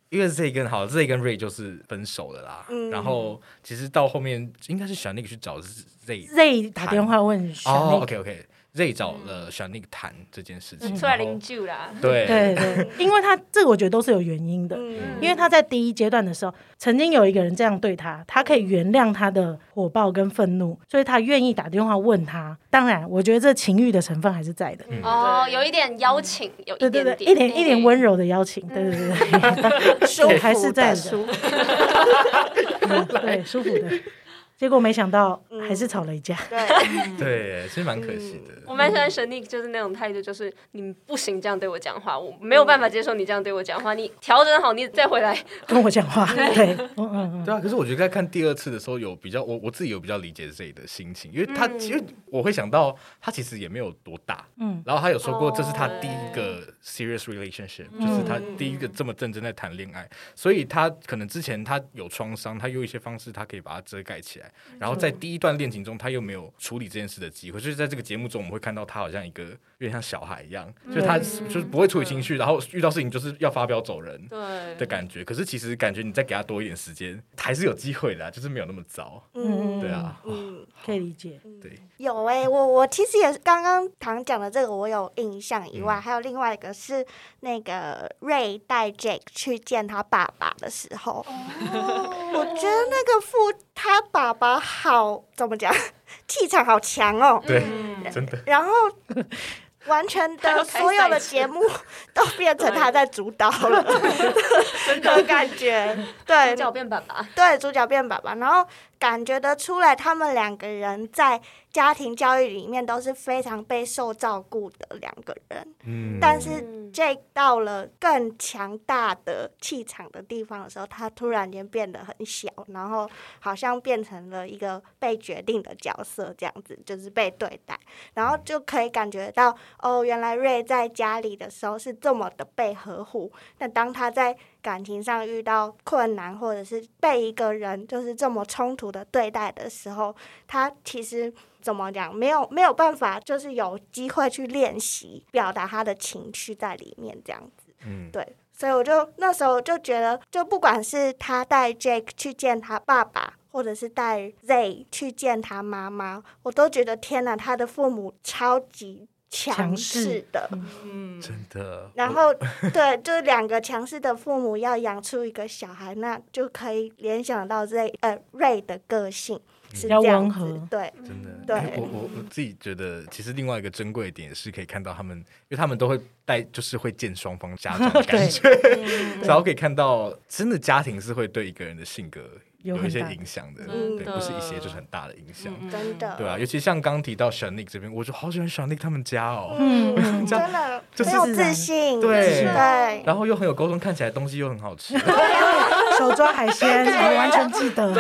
因为 Z 跟好 Z 跟 Ray 就是分手了啦，嗯、然后其实到后面应该是小 Nick 去找 Z Z 打电话问小 Nick， 哦 OK OK。Z 找了小 Nick 谈这件事情， 出来领救啦。 对对对，因为他这个我觉得都是有原因的，嗯、因为他在第一阶段的时候，曾经有一个人这样对他，他可以原谅他的火爆跟愤怒，所以他愿意打电话问他。当然，我觉得这情欲的成分还是在的。 嗯、哦，有一点邀请，有一点点， 对对对，一点一点温柔的邀请，对对对，舒服还是在的，嗯、对，舒服的。结果没想到还是吵了一架， 嗯、 对，对，其实蛮可惜的。 嗯、我蛮喜欢神力，就是那种态度，就是你不行这样对我讲话，我没有办法接受你这样对我讲话，你调整好，你再回来跟我讲话。对，嗯嗯对啊。可是我觉得在看第二次的时候，有比较我我自己有比较理解 Z 的心情，因为他其实我会想到他其实也没有多大，嗯，然后他有说过这是他第一个 serious relationship，、嗯、就是他第一个这么认真在谈恋爱，所以他可能之前他有创伤，他用一些方式他可以把它遮盖起来。然后在第一段恋情中，他又没有处理这件事的机会，就是在这个节目中，我们会看到他好像一个有点像小孩一样，嗯、就是他就是不会处理情绪，然后遇到事情就是要发飙走人的感觉。可是其实感觉你再给他多一点时间，还是有机会的、啊，就是没有那么糟。嗯，对啊， 嗯，可以理解。 对， 有哎、欸，我我其实也是刚刚唐讲的这个，我有印象以外，嗯、还有另外一个是那个 Ray 带 Jake 去见他爸爸的时候，哦、我觉得那个父他爸爸好怎么讲，气场好强哦。 对，真的。 然后完全的所有的节目都变成他在主导了的感觉。对， 主角变爸爸。 对，主角变爸爸，然后感觉得出来，他们两个人在家庭教育里面都是非常被受照顾的两个人。嗯，但是 Jake 到了更强大的气场的地方的时候，他突然间变得很小，然后好像变成了一个被决定的角色，这样子就是被对待，然后就可以感觉到，哦，原来 Ray 在家里的时候是这么的被呵护，那当他在感情上遇到困难，或者是被一个人就是这么冲突的对待的时候，他其实怎么讲，没有没有办法，就是有机会去练习表达他的情绪在里面，这样子。嗯，对，所以我就那时候就觉得，就不管是他带 Jake 去见他爸爸，或者是带 Z 去见他妈妈，我都觉得天哪，他的父母超级强势的， 嗯，真的。 然后，对，就是两个强势的父母要养出一个小孩，那就可以联想到 Z 呃 Ray 的个性是这样子， 嗯、 对， 真的。 对， 我我我自己觉得，其实另外一个珍贵的点是可以看到他们，因为他们都会带，就是会见双方家长的感觉，然后可以看到，真的家庭是会对一个人的性格有一些影响的，对，不是一些就是很大的影响， 真的， 对啊，尤其像刚提到小 Nick 这边，我就好喜欢小 Nick 他们家哦， 嗯，真的很有自信， 对对， 然后又很有沟通，看起来东西又很好吃， 手抓海鲜，我完全记得，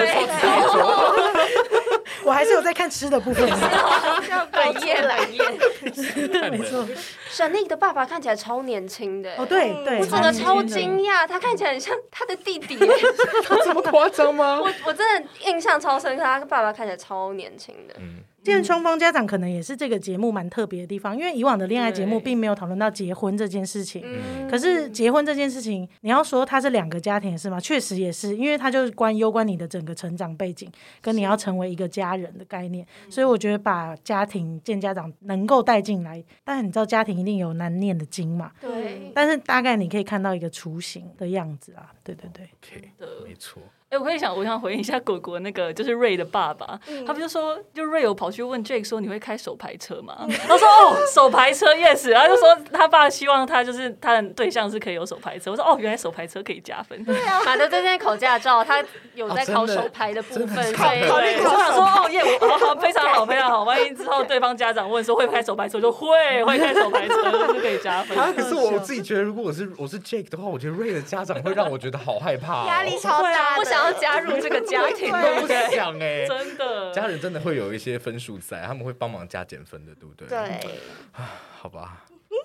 我还是有在看吃的部分， 很艳很艳， 没错。 沈丽的爸爸看起来超年轻的， 哦，对对， 我真的超惊讶，他看起来很像他的弟弟， 这么夸张吗？ 我我真的印象超深刻，他爸爸看起来超年轻的。 嗯，见双方家长可能也是这个节目蛮特别的地方，因为以往的恋爱节目并没有讨论到结婚这件事情。可是结婚这件事情，你要说它是两个家庭是吗？确实也是，因为它就是关攸关你的整个成长背景，跟你要成为一个家人的概念。所以我觉得把家庭见家长能够带进来，但你知道家庭一定有难念的经嘛。 对。 但是大概你可以看到一个雏形的样子啊，对对对。 Okay, 没错。 哎、欸，我可以想，我想回应一下果果那个，就是 Ray 的爸爸，嗯、他不就说，就 Ray 有跑去问 Jake 说你会开手排车吗？他说哦，手排车 yes， 然后就说他爸希望他就是他的对象是可以有手排车。我说哦，原来手排车可以加分。 对啊，马德最近考驾照，他有在考手排的部分， 所以考虑考。我想说哦耶，我好好非常好非常好，万一之后对方家长问说会开手排车，我就会会开手排车，就是可以加分。 啊，可是我自己觉得，如果我是我是 Jake 的话，我觉得 Ray 的家长会让我觉得好害怕、哦， 压力超大， 不想要加入这个家庭， 都不想哎、欸， 真的， 家人真的会有一些分数在，他们会帮忙加减分的，对不对？ 对， 啊，好吧。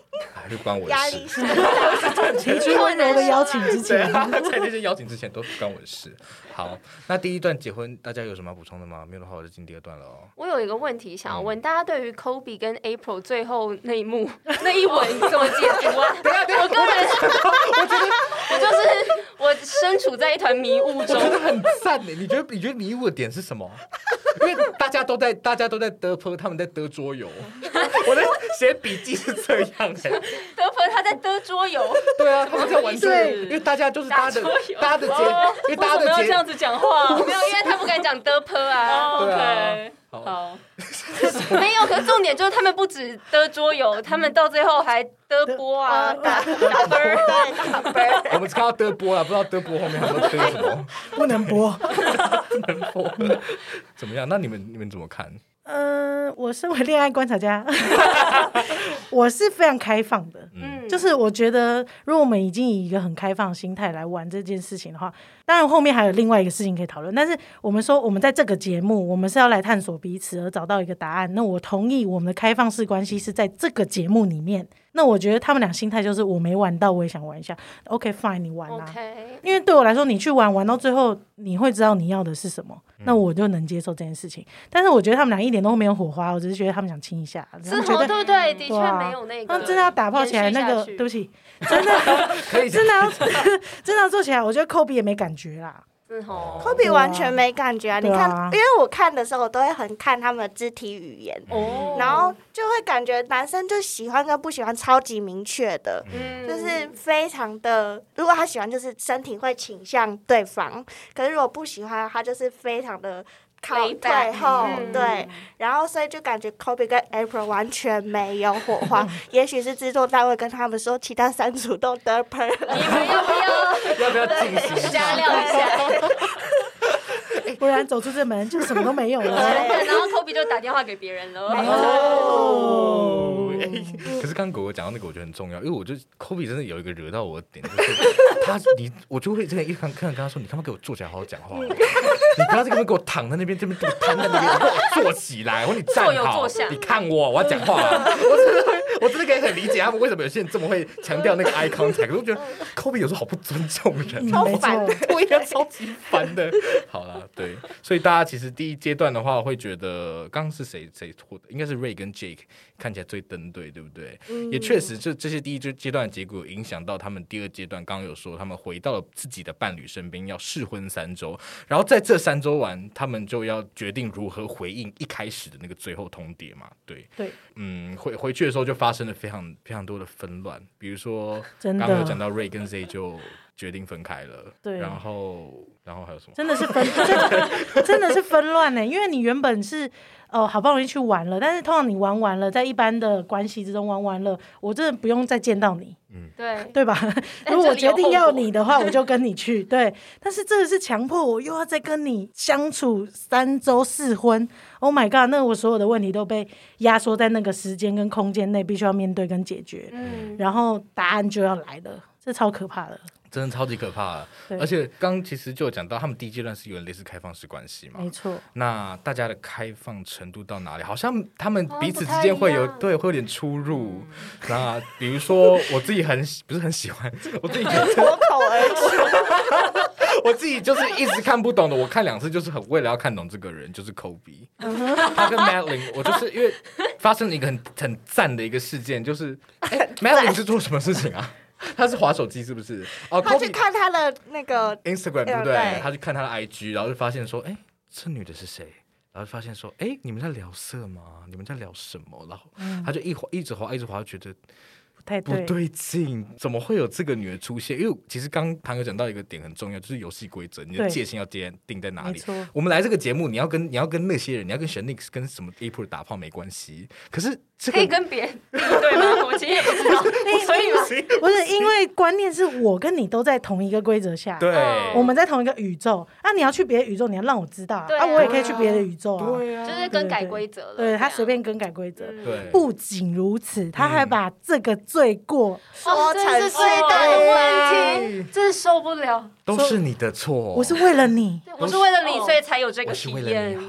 就关我的事。 压力是提出温柔的邀请之前， 在那些邀请之前都不关我的事。好，那第一段结婚大家有什么要补充的吗？没有的话我就进第二段了哦。 我有一个问题想要问、嗯、大家，对于 Kobe 跟 April 最后那一幕那一吻怎么解读啊？我个人我觉得我就是我身处在一团迷雾中， 我觉得很赞耶。你觉得你觉得迷雾的点是什么？因为大家都在大家都在得坡，他们在得桌游。我的写笔记是这样哎， 得坡他在得桌游。 对啊，他们在玩桌游，因为大家就是大家的大家的节，因为大家的节要这样子讲话， 没有，因为他不敢讲得坡啊。 对啊。 好， 没有，可是重点就是他们不止得桌游，他们到最后还得波啊，打打分儿，打分儿。 我们只看到得波了，不知道得波后面还有没有得什么？ 不能播， 不能播。怎么样？那你们你们怎么看？ 嗯、呃，我身为恋爱观察家，我是非常开放的。嗯，就是我觉得，如果我们已经以一个很开放的心态来玩这件事情的话，当然后面还有另外一个事情可以讨论。但是我们说，我们在这个节目，我们是要来探索彼此而找到一个答案。那我同意，我们的开放式关系是在这个节目里面。那我觉得他们俩心态就是我没玩到，我也想玩一下。OK fine， 你玩啊。 Okay. 因为对我来说，你去玩玩到最后，你会知道你要的是什么，那我就能接受这件事情。但是我觉得他们俩一点都没有火花，我只是觉得他们想亲一下。 是哦，对不对？的确没有那个。 那真的要打炮起来，那个对不起，真的可以，真的要真的要做起来，我觉得 Kobe 也没感觉啦。 Kobe 完全没感觉啊！你看，因为我看的时候，我都会很看他们的肢体语言，哦、然后就会感觉男生就喜欢跟不喜欢超级明确的，嗯、就是非常的。如果他喜欢，就是身体会倾向对方；可是如果不喜欢，他就是非常的。靠退后、嗯、对，然后所以就感觉 Kobe 跟 April 完全没有火花，也许是制作单位跟他们说其他三组都得分， 你们要不要要不要进行加料一下？ 不然走出这门就什么都没有了。 然后 Kobe 就打电话给别人了。 哦，可是刚刚狗狗讲到那个，我觉得很重要，因为我就 Kobe 真的有一个惹到我的点，就是他你我就会真的一看看跟他说，你干嘛给我坐起来好好讲话？你不要这边给我躺在那边，这边瘫在那边，你给我坐起来，或你站好，你看我，我要讲话。我真的会，我真的可以很理解他们为什么有些人这么会强调那个 eye contact， 可是我觉得 Kobe 有时候好不尊重人， 超烦的， 对呀，超级烦的。好啦，对，所以大家其实第一阶段的话，会觉得刚刚是谁谁拖的，应该是 Ray 跟 Jake 看起来最登对，对不对？嗯、也确实，这这些第一阶段的结果影响到他们第二阶段，刚刚有说他们回到了自己的伴侣身边，要试婚三周，然后在这三周完，他们就要决定如何回应一开始的那个最后通牒嘛。对对， 嗯，回回去的时候就发生了非常非常多的纷乱，比如说刚刚有讲到 Ray 跟 Z 就决定分开了，对，然后然后还有什么？ 真的是纷，真的真的是纷乱呢，因为你原本是哦好不容易去玩了，但是通常你玩完了，在一般的关系之中玩完了，我真的不用再见到你。 嗯，对对吧？如果我决定要你的话，我就跟你去。对，但是这个是强迫我又要再跟你相处三周试婚。Oh my god！ 那我所有的问题都被压缩在那个时间跟空间内，必须要面对跟解决。嗯，然后答案就要来了，这超可怕的。 真的超级可怕的，而且刚其实就有讲到，他们第一阶段是有点类似开放式关系嘛， 没错。 那大家的开放程度到哪里？好像他们彼此之间会有、哦、对会有点出入。嗯、那比如说我自己很不是很喜欢，我自己觉得脱口而出， 我自己就是一直看不懂的。我看两次就是很为了要看懂这个人，就是 Kobe，、嗯、他跟 Madeline， 我就是因为发生了一个很很赞的一个事件，就是、欸、Madeline 是做什么事情啊？他是滑手机是不是？哦， 他去看他的那个 Instagram 对不对？他去看他的 I G， 然后就发现说，哎，这女的是谁？然后发现说，哎，你们在聊色吗？你们在聊什么？然后他就一滑一直滑一直滑，觉得不太对， 不对劲，怎么会有这个女的出现？因为其实刚刚唐哥讲到一个点很重要，就是游戏规则，你的界限要定在哪里？我们来这个节目，你要跟你要跟那些人，你要跟 Shanix 跟什么 April 打炮没关系，可是。这个、 可以跟别人对吗？我其实也不知道，所以吗？ 不是，因为观念是我跟你都在同一个规则下， 对， 我们在同一个宇宙。啊，你要去别的宇宙，你要让我知道啊，啊我也可以去别的宇宙啊， 对啊， 就是更改规则了。 对，他随便更改规则。 对， 不仅如此，他还把这个罪过说成是最大的问题，真是受不了。 都是你的错， 我是为了你， 我是为了你，所以才有这个体验。 我是为了你好。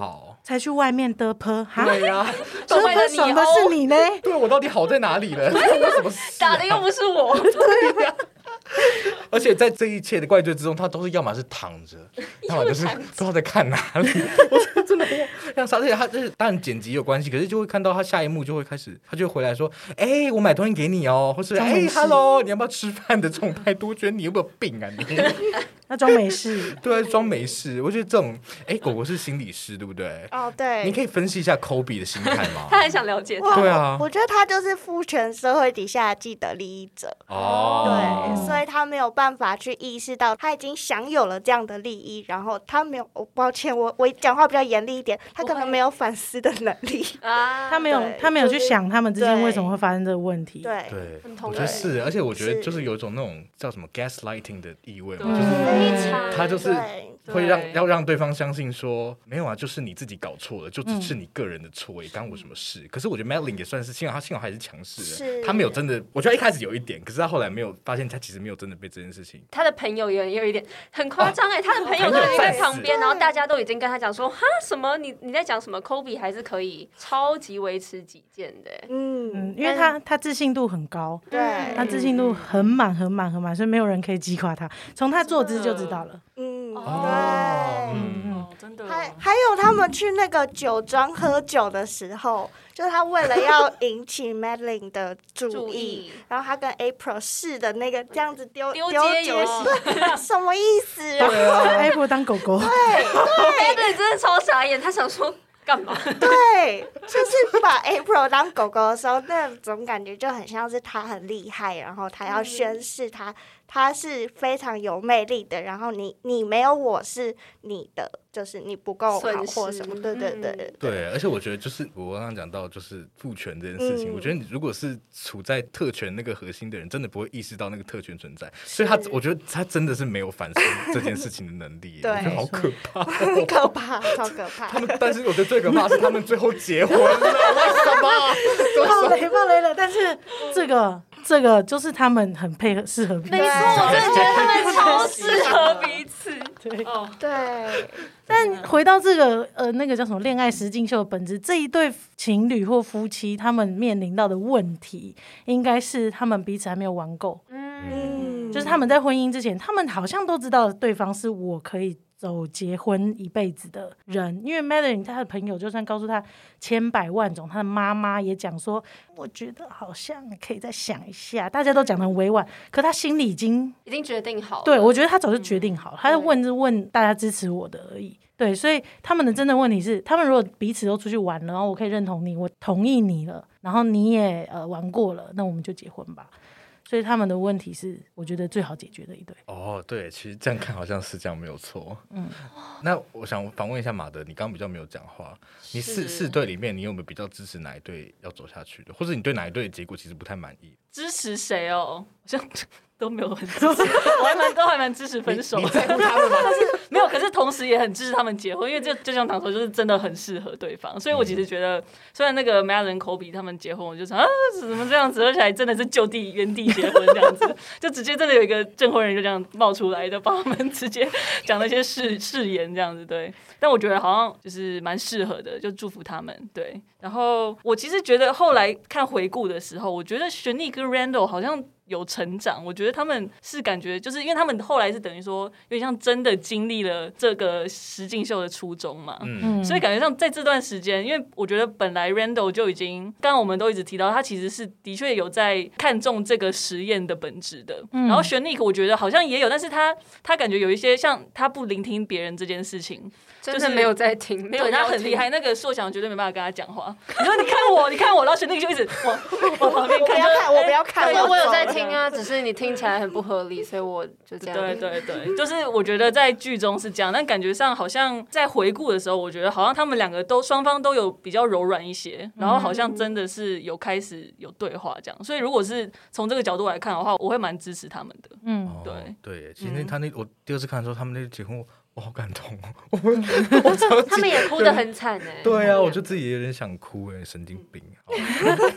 才去外面得坡哈？ 对呀、啊， 得坡爽的是你呢？ 对我到底好在哪里了？我什么事、啊？ 打的又不是我。 对呀、啊。而且在这一切的怪罪之中，他都是要么是躺着，要么就是不知道在看哪里。我真的像啥？而且他就是当然剪辑有关系，可是就会看到他下一幕就会开始，他就回来说：“哎、欸，我买东西给你哦，或是哎、欸、，hello， 你要不要吃饭的这种态度，我觉得你有没有病啊你？” 那装没事， 对，装没事。我觉得这种，哎、欸，狗狗是心理师，对不对？ 哦，对。 你可以分析一下 Kobe 的心态吗？ 他很想了解他。 对啊， 我觉得他就是父权社会底下的既得利益者。 哦， 对，所以他没有办法去意识到他已经享有了这样的利益，然后他没有，哦、抱歉，我我讲话比较严厉一点，他可能没有反思的能力啊， 他没有，他没有去想他们之间为什么会发生这个问题。 对对， 我觉得是，而且我觉得就是有一种那种叫什么 gaslighting 的意味嘛， 就是他就是会让要让对方相信说没有啊，就是你自己搞错了，就只是你个人的错，也干我什么事。可是我觉得 Madeline 也算是，幸好他幸好还是强势的，他没有真的，我觉得一开始有一点，可是他后来没有发现他其实没有真的被这件事情。 他的朋友也有一点很夸张哎，他的朋友都在旁边，然后大家都已经跟他讲说哈什么你你在讲什么 ，Kobe 还是可以超级维持己见的， 嗯， 因为他他自信度很高， 对， 他自信度很满很满很满，所以没有人可以击垮他，从他坐姿就知道了。 嗯，对， 嗯嗯，真的。 还还有他们去那个酒庄喝酒的时候，就是他为了要引起 Madeline 的注意，然后他跟 April 试的那个这样子丢丢酒，对，什么意思？ 对啊 ，April 当狗狗， 对对对，真的超傻眼，他想说。干嘛？ 对，就是把 April 当狗狗的时候，那种感觉就很像是他很厉害，然后他要宣示他、嗯、他是非常有魅力的，然后你你没有我是你的，就是你不够好或什么，对对对 对, 对。而且我觉得就是我刚刚讲到就是父权这件事情、嗯，我觉得你如果是处在特权那个核心的人，真的不会意识到那个特权存在，所以他我觉得他真的是没有反思这件事情的能力， 对， 我觉得好可怕、 哦，可怕，超可怕。 他们，但是我觉得最可怕是他们最后结婚了，为什么？ 爆雷爆雷了！但是这个这个就是他们很配合，适合彼此。 没错，我真的觉得他们超适合彼此。 对、 哦、对。 但回到这个呃那个叫什么恋爱实境秀的本质，这一对情侣或夫妻他们面临到的问题，应该是他们彼此还没有玩够。嗯，就是他们在婚姻之前，他们好像都知道对方是我可以走结婚一辈子的人，因为 Madeline 他的朋友就算告诉他千百万种，他的妈妈也讲说，我觉得好像可以再想一下，大家都讲得很委婉，可他心里已经已经决定好了。 对，我觉得他早就决定好了，嗯、他在问是问大家支持我的而已。对，所以他们的真正问题是，他们如果彼此都出去玩了，然后我可以认同你，我同意你了，然后你也呃玩过了，那我们就结婚吧。所以他们的问题是我觉得最好解决的一对。 哦，对，其实这样看好像是这样没有错。嗯，那我想访问一下马德，你刚刚比较没有讲话，你四四队里面你有没有比较支持哪一队要走下去的，或者你对哪一队的结果其实不太满意？ 支持谁哦？好像都没有很支持，我还蛮都还蛮支持分手的。 你在乎他们吗？ 但是没有，可是同时也很支持他们结婚，因为就就像唐说，就是真的很适合对方。所以我其实觉得，虽然那个 Madeline Kobe 他们结婚，我就想啊，怎么这样子，而且还真的是就地原地结婚这样子，就直接真的有一个证婚人就这样冒出来的，帮他们直接讲了一些誓誓言这样子，对。但我觉得好像就是蛮适合的，就祝福他们，对。然后我其实觉得后来看回顾的时候，我觉得玄妮跟 Randall 好像有成长，我觉得他们是感觉就是因为他们后来是等于说有点像真的经历了这个实境秀的初衷嘛，嗯，所以感觉上在这段时间，因为我觉得本来 Randall 就已经，刚刚我们都一直提到他其实是的确有在看重这个实验的本质的，嗯、然后玄妮我觉得好像也有，但是他他感觉有一些像他不聆听别人这件事情。 就是真的没有在听，没有对他很厉害。那个硕翔绝对没办法跟他讲话。你说你看我，你看我，然后玄妮就一直往往旁边看， 我不要看，我不要看。 对，我有在听啊，只是你听起来很不合理，所以我就这样。 对对对，就是我觉得在剧中是这样，但感觉上好像在回顾的时候，我觉得好像他们两个都双方都有比较柔软一些，然后好像真的是有开始有对话这样。所以如果是从这个角度来看的话，我会蛮支持他们的。嗯，对、哦、 对，其实他那我第二次看的时候，他们那结婚。我好感动哦！我我他们也哭得很惨哎。 对啊，我就自己有点想哭哎，神经病。哎，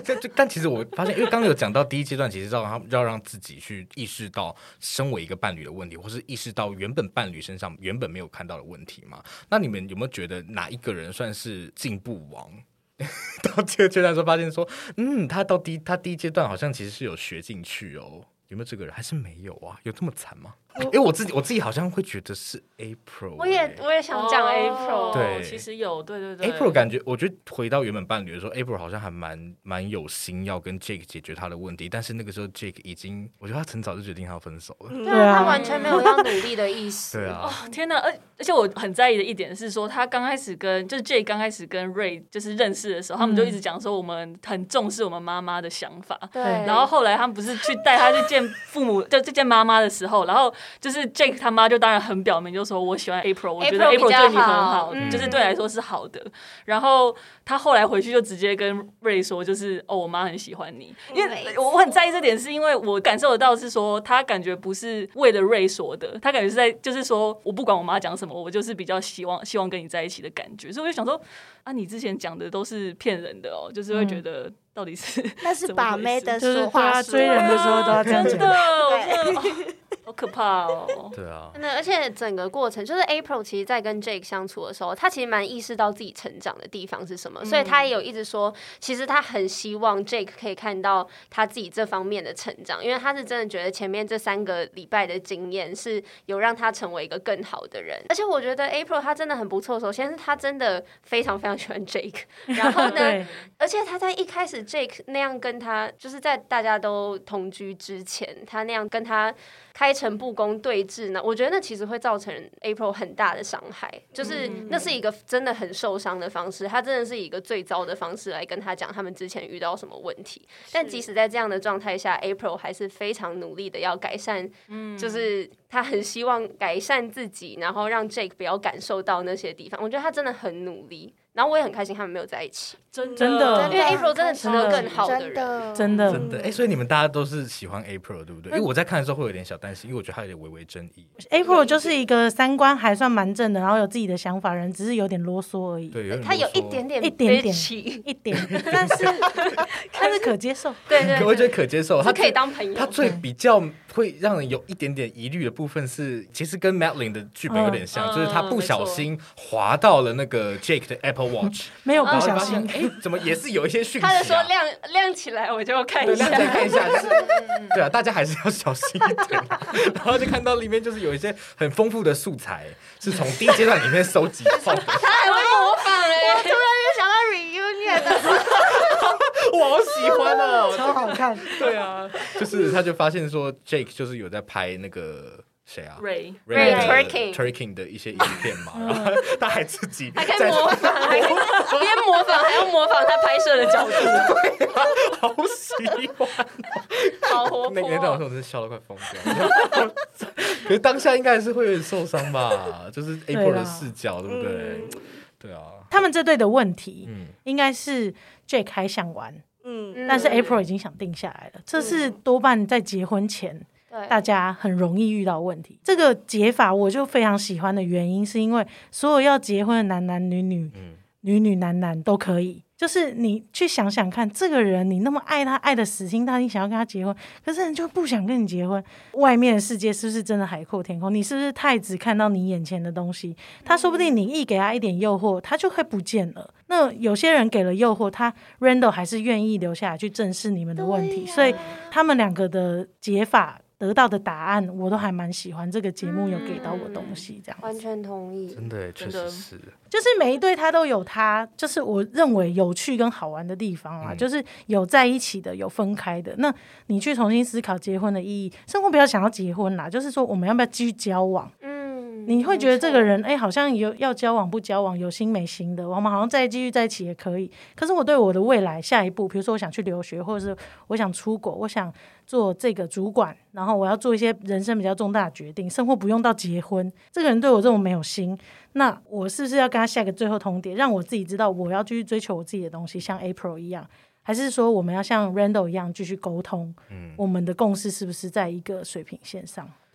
但其实我发现，因为刚刚有讲到第一阶段，其实要让要让自己去意识到身为一个伴侣的问题，或是意识到原本伴侣身上原本没有看到的问题嘛。那你们有没有觉得哪一个人算是进步王？到这个阶段的时候发现说，嗯，他到第他第一阶段好像其实是有学进去哦。有没有这个人？还是没有啊？有这么惨吗？因为我自己我自己好像会觉得是 April， 我也我也想讲 April，、 哦、 对， 其实有，对对对 ，April 感觉，我觉得回到原本伴侣的时候 ，April 好像还蛮蛮有心要跟 Jake 解决他的问题，但是那个时候 Jake 已经，我觉得他很早就决定他要分手了。 对啊，他完全没有要努力的意思。 对啊， 哦天哪！而而且我很在意的一点是说，他刚开始跟就是 Jake 刚开始跟 Ray 就是认识的时候，他们就一直讲说我们很重视我们妈妈的想法。 对， 然后后来他们不是去带他去见父母，就去见妈妈的时候，然后就是 Jake 他妈就当然很表明，就说我喜欢 April， 我觉得 April 对你很好， 嗯、 就是对来说是好的。然后他后来回去就直接跟 Ray 说，就是哦，我妈很喜欢你，因为我很在意这点，是因为我感受得到是说他感觉不是为了 Ray 说的，他感觉是在就是说我不管我妈讲什么，我就是比较希望希望跟你在一起的感觉，所以我就想说啊，你之前讲的都是骗人的哦，就是会觉得到底是、嗯、 那是把妹的说话， 追人的时候都要这样讲， 真的，哦好可怕哦！ 对啊， 真的，而且整个过程就是 April 其实在跟 Jake 相处的时候，他其实蛮意识到自己成长的地方是什么，嗯、所以他也有一直说，其实他很希望 Jake 可以看到他自己这方面的成长，因为他是真的觉得前面这三个礼拜的经验是有让他成为一个更好的人。而且我觉得 April 他真的很不错的时候，先是他真的非常非常喜欢 Jake， 然后呢，而且他在一开始 Jake 那样跟他，就是在大家都同居之前，他那样跟他开诚布公对峙呢，我觉得那其实会造成 April 很大的伤害，就是那是一个真的很受伤的方式，他真的是以一个最糟的方式来跟他讲他们之前遇到什么问题。但即使在这样的状态下 ，April 还是非常努力的要改善，就是他很希望改善自己，然后让 Jake 不要感受到那些地方。我觉得他真的很努力。然后我也很开心他们没有在一起， 真的， 因为 April 真的值得更好的人， 真的真的。哎，所以你们大家都是喜欢 April 对不对？因为我在看的时候会有点小担心，因为我觉得他有点微微争议。 April 就是一个三观还算蛮正的，然后有自己的想法人，只是有点啰嗦而已。 对，有点他有一点点一点点一点，但是但是可接受。 对对， 我觉得可接受， 他可以当朋友。 他最比较会让人有一点点疑虑的部分是，其实跟 Madeline 的剧本有点像，就是他不小心滑到了那个 Jake 的 Apple Watch， 没有不小心， 哎，怎么也是有一些讯息、啊？ 他就说亮亮起来，我就看一下， 亮起来看一下，就是对啊，大家还是要小心一点。然后就看到里面就是有一些很丰富的素材，是从第一阶段里面收集到的。 他还会模仿哎、欸， 我突然就想到 reunion 的时候， 我好喜欢哦， 超好看。 对啊，就是他就发现说 Jake 就是有在拍那个。谁啊 ？Ray Ray Turking Turking 的一些影片嘛，然后他还自己还可以模仿，还可以边模仿还要模仿他拍摄的角度， 对啊，好喜欢、哦， 好活泼。 那那段我真的是笑得快疯掉。可是当下应该还是会有点受伤吧，就是 April 的视角，对不对？嗯、对啊。 他们这对的问题，嗯，应该是 Jake 还想玩，嗯，但是 April 已经想定下来了，这是多半在结婚前。大家很容易遇到问题，这个解法我就非常喜欢的原因是因为所有要结婚的男男女女、嗯、女女男男都可以，就是你去想想看，这个人你那么爱他，爱的死心塌地，想要跟他结婚，可是人就不想跟你结婚，外面的世界是不是真的海阔天空？你是不是太只看到你眼前的东西？他说不定你一给他一点诱惑，他就会不见了。那有些人给了诱惑，他 Randall 还是愿意留下来去正视你们的问题，所以他们两个的解法得到的答案我都还蛮喜欢，这个节目有给到我东西，这样、嗯、 完全同意， 真的确实是， 就是每一对他都有他就是我认为有趣跟好玩的地方啊、嗯、就是有在一起的，有分开的。那你去重新思考结婚的意义，生活不要想要结婚啦，就是说我们要不要继续交往，嗯，你会觉得这个人哎、欸，好像有要交往不交往，有心没心的，我们好像再继续在一起也可以，可是我对我的未来下一步，比如说我想去留学，或者是我想出国，我想做这个主管，然后我要做一些人生比较重大的决定，生活不用到结婚，这个人对我这么没有心，那我是不是要跟他下个最后通牒，让我自己知道我要继续追求我自己的东西，像 April 一样，还是说我们要像 Randall 一样继续沟通、嗯、我们的共识是不是在一个水平线上？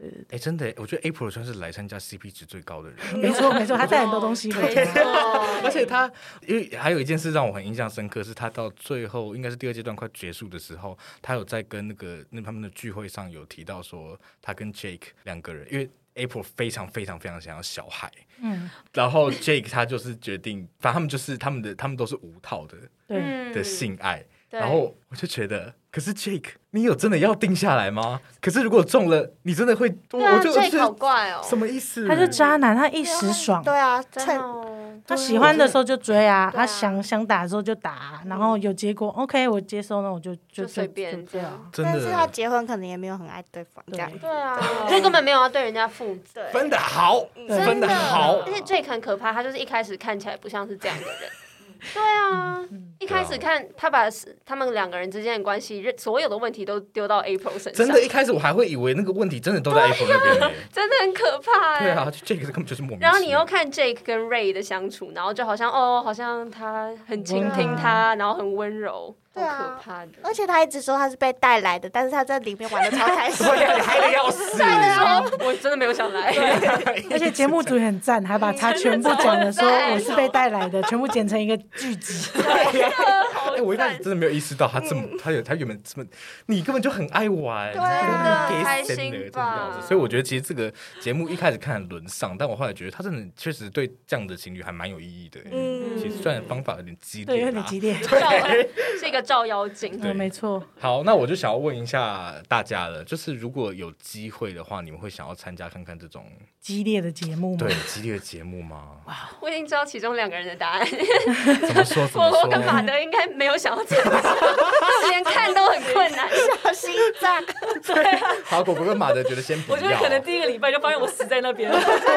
哎、欸，真的，我觉得 April 算是来参加 C P 值最高的人。 没错没错，他带很多东西回家， 而且他因为还有一件事让我很印象深刻，是他到最后应该是第二阶段快结束的时候，他有在跟那个那他们的聚会上有提到说，他跟 Jake 两个人，因为 April 非常非常非常想要小孩，嗯，然后 Jake 他就是决定，反正他们就是他们的他们都是无套的， 对的性爱，然后我就觉得，可是 Jake 你有真的要定下来吗？可是如果中了，你真的会， 对啊， 我就 Jake 好怪哦， 什么意思？ 他是渣男，他一时爽， 对啊，趁他喜欢的时候就追啊，他想想打的时候就打，然后有结果 OK 我接受，那我就就随便这样。 但是他结婚可能也没有很爱对方这样。 对啊，就根本没有要对人家负责。 分得好，分得好。 而且 Jake 很可怕，他就是一开始看起来不像是这样的人。对啊，一开始看他把他们两个人之间的关系，所有的问题都丢到 April 身上。 真的，一开始我还会以为那个问题真的都在 April 那边， 真的很可怕。 对啊 ，Jake 根本就是莫名其妙。 然后你又看 Jake 跟 Ray 的相处，然后就好像哦，好像他很倾听他，然后很温柔。好可怕的， 而且他一直说他是被带来的，但是他在里面玩的超开心， 对，嗨的要死。 我真的没有想来， 而且节目组也很赞，还把他全部讲的说我是被带来的，全部剪成一个剧集。 哎，我一开始真的没有意识到他这么，他有他原本这么，你根本就很爱玩， 真的开心吧？ 所以我觉得其实这个节目一开始看很沦丧，但我后来觉得他真的确实对这样的情侣还蛮有意义的。嗯，其实虽然方法有点激烈， 对，有点激烈， 是一个照妖镜。 对，没错。 好，那我就想要问一下大家了，就是如果有机会的话，你们会想要参加看看这种激烈的节目吗？ 对，激烈的节目吗？ 哇，我已经知道其中两个人的答案。 怎么说？怎么说？ 我跟马德应该没有想要参加，连看都很困难， 小心脏。 对啊。 好，果果跟马德觉得先不要。 我觉得可能第一个礼拜就发现我死在那边了。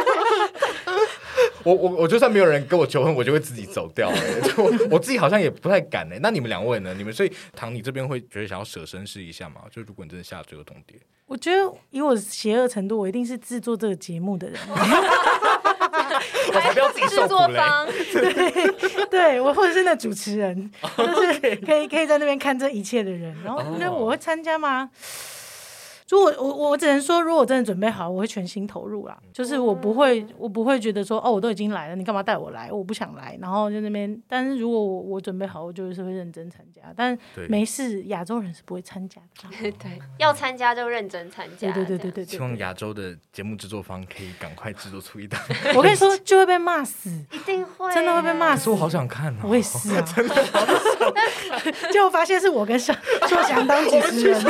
我我我就算没有人跟我求婚，我就会自己走掉了。我我自己好像也不太敢哎。那你们两位呢？你们所以唐，你这边会觉得想要舍身试一下吗？就如果你真的下最后通牒， 我觉得以我邪恶程度，我一定是制作这个节目的人。 我才不要自己受苦嘞。 对，对我或者是那主持人，就是可以可以在那边看这一切的人。然后那我会参加吗？如果我我只能说，如果我真的准备好，我会全心投入啦。就是我不会，我不会觉得说，哦，我都已经来了，你干嘛带我来？我不想来，然后在那边。但是如果我我准备好，我就是会认真参加。但没事，亚洲人是不会参加的。 对，要参加就认真参加。 对对对对对。 希望亚洲的节目制作方可以赶快制作出一档。 我跟你说，就会被骂死， 一定会， 真的会被骂死。 可是我好想看哦， 我也是啊，真的好想。结果发现是我跟硕翔当主持人。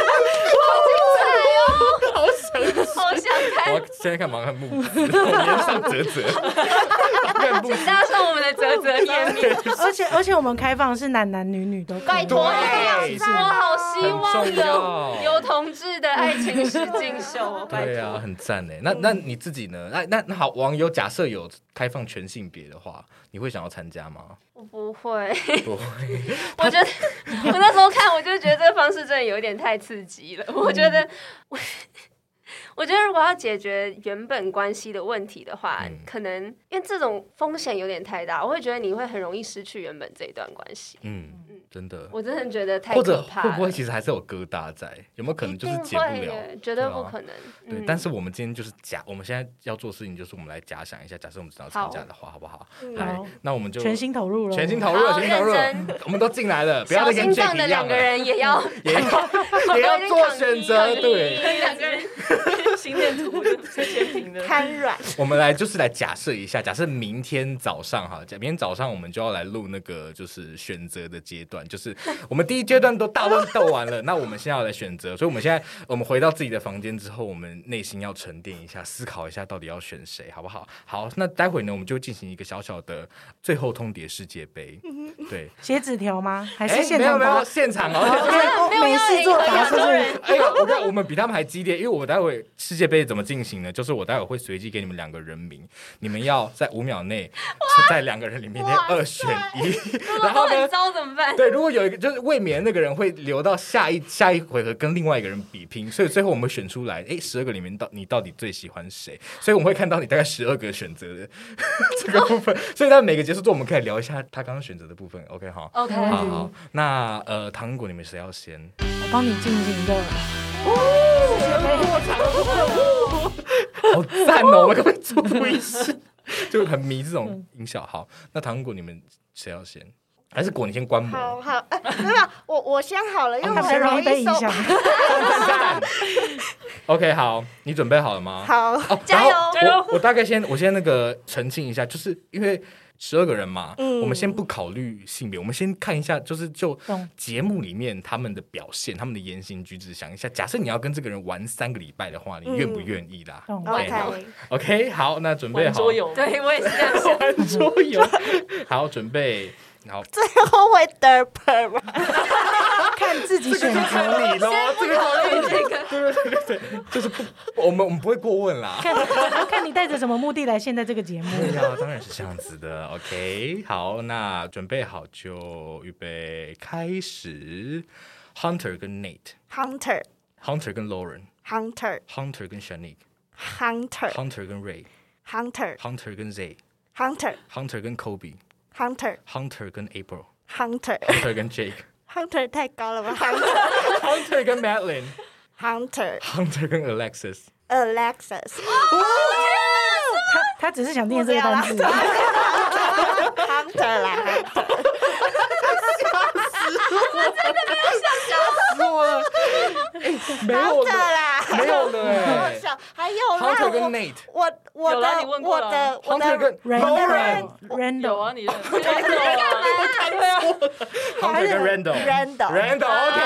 好想好想看！ 我现在看马看木子，我连上泽泽， 请大家上我们的泽泽页面。 而且而且我们开放是男男女女都可以， 拜托，我好希望有有同志的爱情实境秀， 对啊，很赞哎。那那你自己呢？那那那好，网友假设有开放全性别的话，你会想要参加吗？ 我不会， 不会。 我觉得我那时候看，我就觉得这个方式真的有点太刺激了。我觉得我。我觉得如果要解决原本关系的问题的话，嗯、可能因为这种风险有点太大，我会觉得你会很容易失去原本这一段关系。嗯嗯， 真的， 我真的觉得太可怕了。 或者会不会其实还是有疙瘩在？有没有可能就是解不了？ 绝对不可能。 对，嗯、但是我们今天就是假，我们现在要做事情就是我们来假想一下，假设我们只要参加的话，好, 好不好？来，那我们就全心投入了， 全心投入了，全心投入了，我们都进来了，不要再跟 Jake 一样了。小心脏的两个人也要也要也要做选择，对， 两个人心电图是前庭的， 瘫软。 我们来就是来假设一下，假设明天早上哈，明天早上我们就要来录那个就是选择的阶段，就是我们第一阶段都大乱斗完了，那我们现在要来选择，所以我们现在我们回到自己的房间之后，我们内心要沉淀一下，思考一下到底要选谁，好不好？好，那待会呢，我们就进行一个小小的最后通牒世界杯，对， 写纸条吗？还是现场？没有没有现场哦， 没事做法是不是？ 哎呦，我看我们比他们还激烈，因为我待会世界杯怎么进行呢？就是我待会会随机给你们两个人名，你们要在五秒内在两个人里面二选一。然后呢？ 很糟怎么办？ 对，如果有一个就是卫冕那个人会留到下一下一回合跟另外一个人比拼，所以最后我们选出来，哎，十二个里面到你到底最喜欢谁？所以我们会看到你大概十二个选择的这个部分。所以在每个结束之后，我们可以聊一下他刚刚选择的部分。OK 好 ，OK 好好。那呃，糖果你们谁要先？ 我帮你进行的。 过场了，好赞哦！我们可不可以做录音室？就很迷这种音效。好，那糖果你们谁要先？还是果你先观摩？ 好好，呃、没有，我我先好了，因为我很容易受。 被影响。 OK， 好，你准备好了吗？ 好， 哦、 加油加油！我大概先，我先那个澄清一下，就是因为十二个人嘛、嗯，我们先不考虑性别，我们先看一下，就是就节目里面他们的表现、他们的言行举止，想一下，假设你要跟这个人玩三个礼拜的话，你愿不愿意啦、 嗯、？OK， OK， 好，那准备好。 玩桌游， 对我也是这样想。 玩桌游，好，准备。好， 最后会得分吗？ 看自己选择你咯，这个考虑这个， 对对对对，就是不，我们我们不会过问啦。 看看你带着什么目的来现在这个节目？ 对呀、啊，当然是这样子的。OK， 好，那准备好就预备开始。Hunter 跟 Nate，Hunter，Hunter 跟 Lauren，Hunter，Hunter 跟 Shanique，Hunter，Hunter 跟 Ray，Hunter，Hunter 跟 Zay，Hunter，Hunter 跟 Kobe。Hunter，Hunter 跟 April，Hunter，Hunter 跟 Jake，Hunter 太高了吧 ？Hunter 跟 Madeline，Hunter，Hunter 跟 Alexis，Alexis， 他他只是想念这个单词。 Hunter 啦， 我真的没有想笑死我了，没有啦， 没有了哎， 还有啦 ，Hunter 跟 Nate， 我我的我的我的 Hunter 跟 Randall， 有啊，你的 Hunter 跟 Randall，Randall，Randall，OK。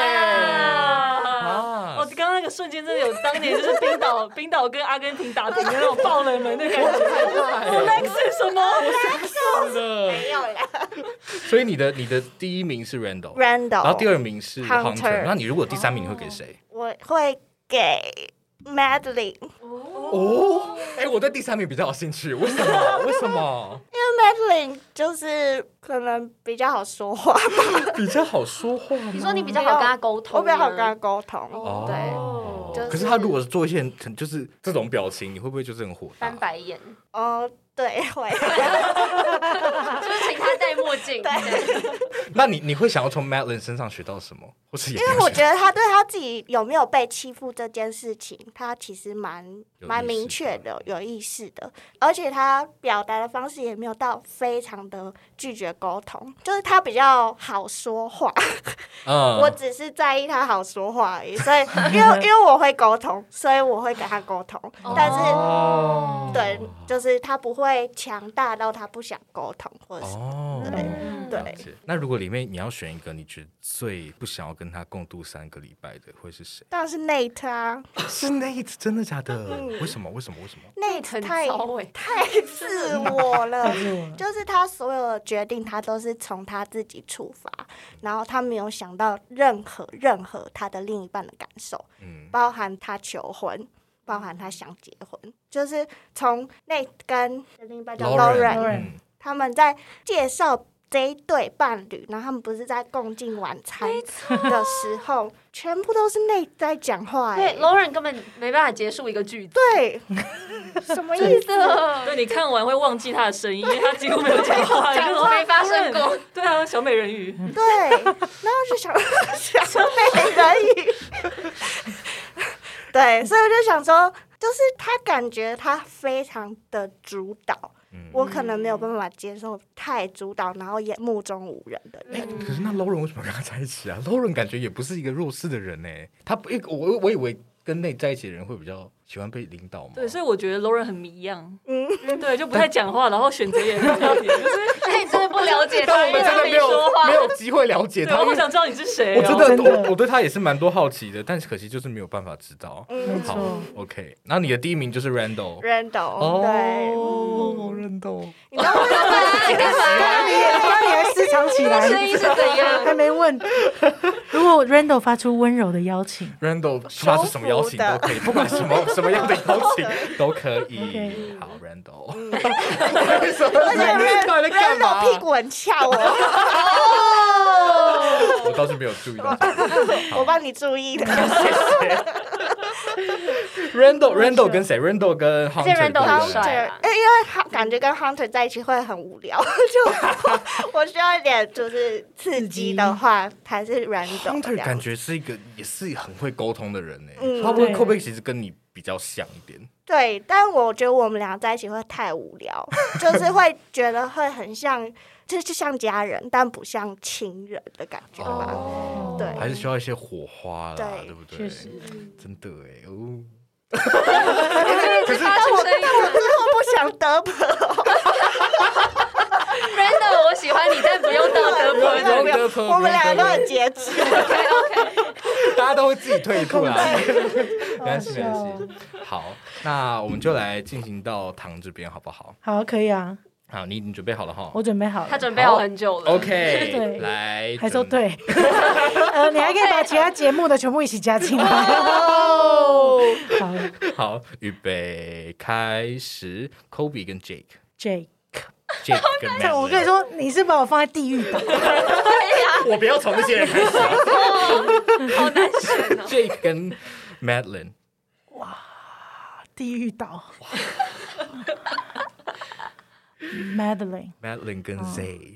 我刚刚那个瞬间真的有当年就是冰岛冰岛跟阿根廷打平的那种爆冷门的感觉。Alexis 什么？ 我死了， 没有啦。 所以你的你的第一名是 Randall，Randall， 然后第二名是 Hunter，, Hunter 那你如果第三名你会给谁？ 我会给 Madeline。 哦，哎、欸，我对第三名比较有兴趣，为什么？为什么？ 因为 Madeline 就是可能比较好说话吧， 比较好说话。 你说你比较好跟他沟通， 我比较好跟他沟通。 哦， 对、就是。 可是他如果做一些就是这种表情，你会不会就是很火大？ 翻白眼。 哦，对，会。 就是请他戴墨镜。 对。 那你你会想要从 Madeline 身上学到什么？或是因为我觉得他对他自己有没有被欺负这件事情，他其实蛮蛮明确的，有意识的，而且他表达的方式也没有到非常的拒绝沟通，就是他比较好说话。嗯、我只是在意他好说话而已，所以因为因为我会沟通，所以我会跟他沟通，但是、哦、对，就是他不会强大到他不想沟通，或者是、哦、对对。 那如果里面你要选一个你觉得最不想要跟他共度三个礼拜的，会是谁？ 当然是 Nate 啊！ 是 Nate， 真的假的？嗯、为什么？为什么？为什么 ？Nate 太太自我了，就是他所有的决定，他都是从他自己出发，然后他没有想到任何任何他的另一半的感受，嗯，包含他求婚，包含他想结婚，就是从 Nate 跟另一半叫 Lauren， Lauren、嗯、 他们在介绍这一对伴侣，然后他们不是在共进晚餐的时候，全部都是内在讲话、欸。 对 ，Lauren 根本没办法结束一个句子。 对，什么意思？ 对，你看完会忘记他的声音，因为他几乎没有讲话， 讲话没发生过。 对啊，小美人鱼。 对，然后就想小美人鱼。对，所以我就想说，就是他感觉他非常的主导。嗯、我可能没有办法接受太主导，然后也目中无人的人。 欸、可是那 Lauren 为什么跟他在一起啊 ？Lauren 感觉也不是一个弱势的人呢、欸。他不，我我以为跟内在一起的人会比较喜欢被领导嘛。 对，所以我觉得 Lauren 很迷样。嗯，对，就不太讲话，然后选择也很特别，就是你真的不了解他， 但我们真的没有没有机会了解他。 我想知道你是谁、 喔。我真的， 真的我我对他也是蛮多好奇的，但是可惜就是没有办法知道。 嗯， 好 ，OK。然后你的第一名就是 Randall。Randall， 哦，对。 哦 ，Randall。 你知道为什么？ 干嘛？你刚你还私藏起来？ 声音是怎样？ 还没问。如果 Randall 发出温柔的邀请 ，Randall 发出什么邀请都可以，不管什么什么样的邀请都可以。Okay. 好 ，Randall。为什么？ 而且 Randall 屁股很翘哦。 我倒是没有注意到。 我帮你注意的。 谢谢。 Randall Randall 跟谁 ？Randall 跟 Hunter， Randall 很帅对， 啊因为感觉跟 Hunter 在一起会很无聊，就我需要一点就是刺激的话，还是 Randall。 Hunter 感觉是一个也是很会沟通的人呢， 嗯他会会不会其实跟你比较像一点？ 对，但我觉得我们俩在一起会太无聊，就是会觉得会很像，就就像家人，但不像亲人的感觉吧。 哦， 对， 还是需要一些火花啦， 对对不对？ 确实， 真的哎哦。 可是发出声音我不想得分。 ，Randall， 我喜欢你，但不用到得不用分。 得分， 我们两个都很节制。 大家都会自己退一步啦。没好关系，没笑关系。好，那我们就来进行到唐这边，好不好？ 好，可以啊， 好，你你准备好了哈？ 我准备好了。 他准备好很久了。 OK， 对来， 还说对，呃，你还可以把其他节目的全部一起加进来。 哦。 好好，预备，开始。Kobe 跟 Jake，Jake ，Jake， 跟这 Matt， 我跟你说，你是把我放在地狱岛。 我不要从那些人开始。 好难选哦。 Jake 跟 Madeline， 地狱岛。Madeline， Madeline 跟 Zay，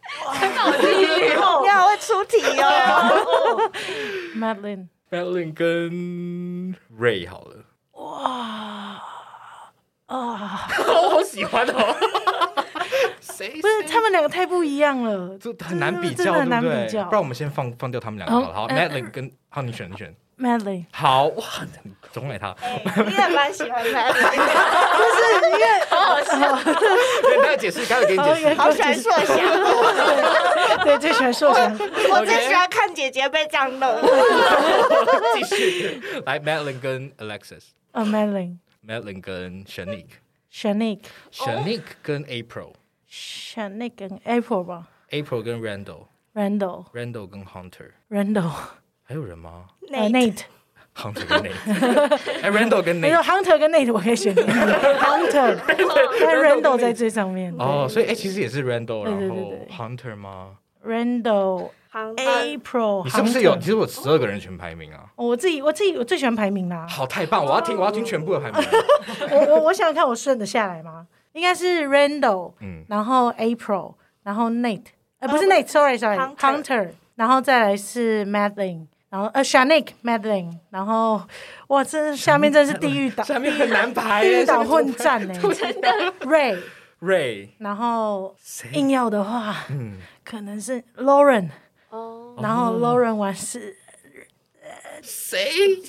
你好会出题哦。 Madeline， Madeline 跟 Ray 好了。 哇啊！ 我好喜欢哦。谁？ 不是，他们两个太不一样了， 这很难比较， 真的很难对不对？ 比较。 不然我们先放放掉他们两个好了。好哦呃 ，Madeline 跟好，你选，你选。 Madeline， 好哇，总来他。 你也蛮喜欢他的， 不是因为好好笑。 对，他要解释，刚才给你解释。 好喜欢硕翔。 对，最喜欢硕翔。 我最喜欢看姐姐被这样弄。 继续，来 Madeline 跟 Alexis， 呃，Madeline， Madeline 跟 Shanique， Shanique， Shanique 跟 April， Shanique 跟 April 吧 April 跟 Randall， ，Randall， Randall 跟 Hunter， Randall， 还有人吗呃 Nate， ？Hunter 跟 Nate， 哎 ，Randall 跟你说 Nate。 Hunter 跟 Nate 我可以选 Hunter，但 Randall 在最上面。 哦，所以哎，其实也是 Randall， 对对然后对对 Hunter 吗？ Randall、April， 你是不是有？ Hunter 其实我十二个人全排名啊。 我自己我自己我最喜欢排名啦。 好，太棒！我要听，我要听全部的排名。 我我我想想看，我顺得下来吗？应该是 Randall， 嗯， 然后 April， 然后 Nate， 呃，不是 Nate，sorry sorry，Hunter， 然后再来是 Madeline， 然后呃 Shanique Madeline， 然后哇，这下面真是地狱岛， 下面很难排地耶， 狱岛混战呢， 真的。 Ray， Ray， 然后谁？ 硬要的话， 嗯， 可能是 Lauren， 哦， 然后 Lauren 完是谁？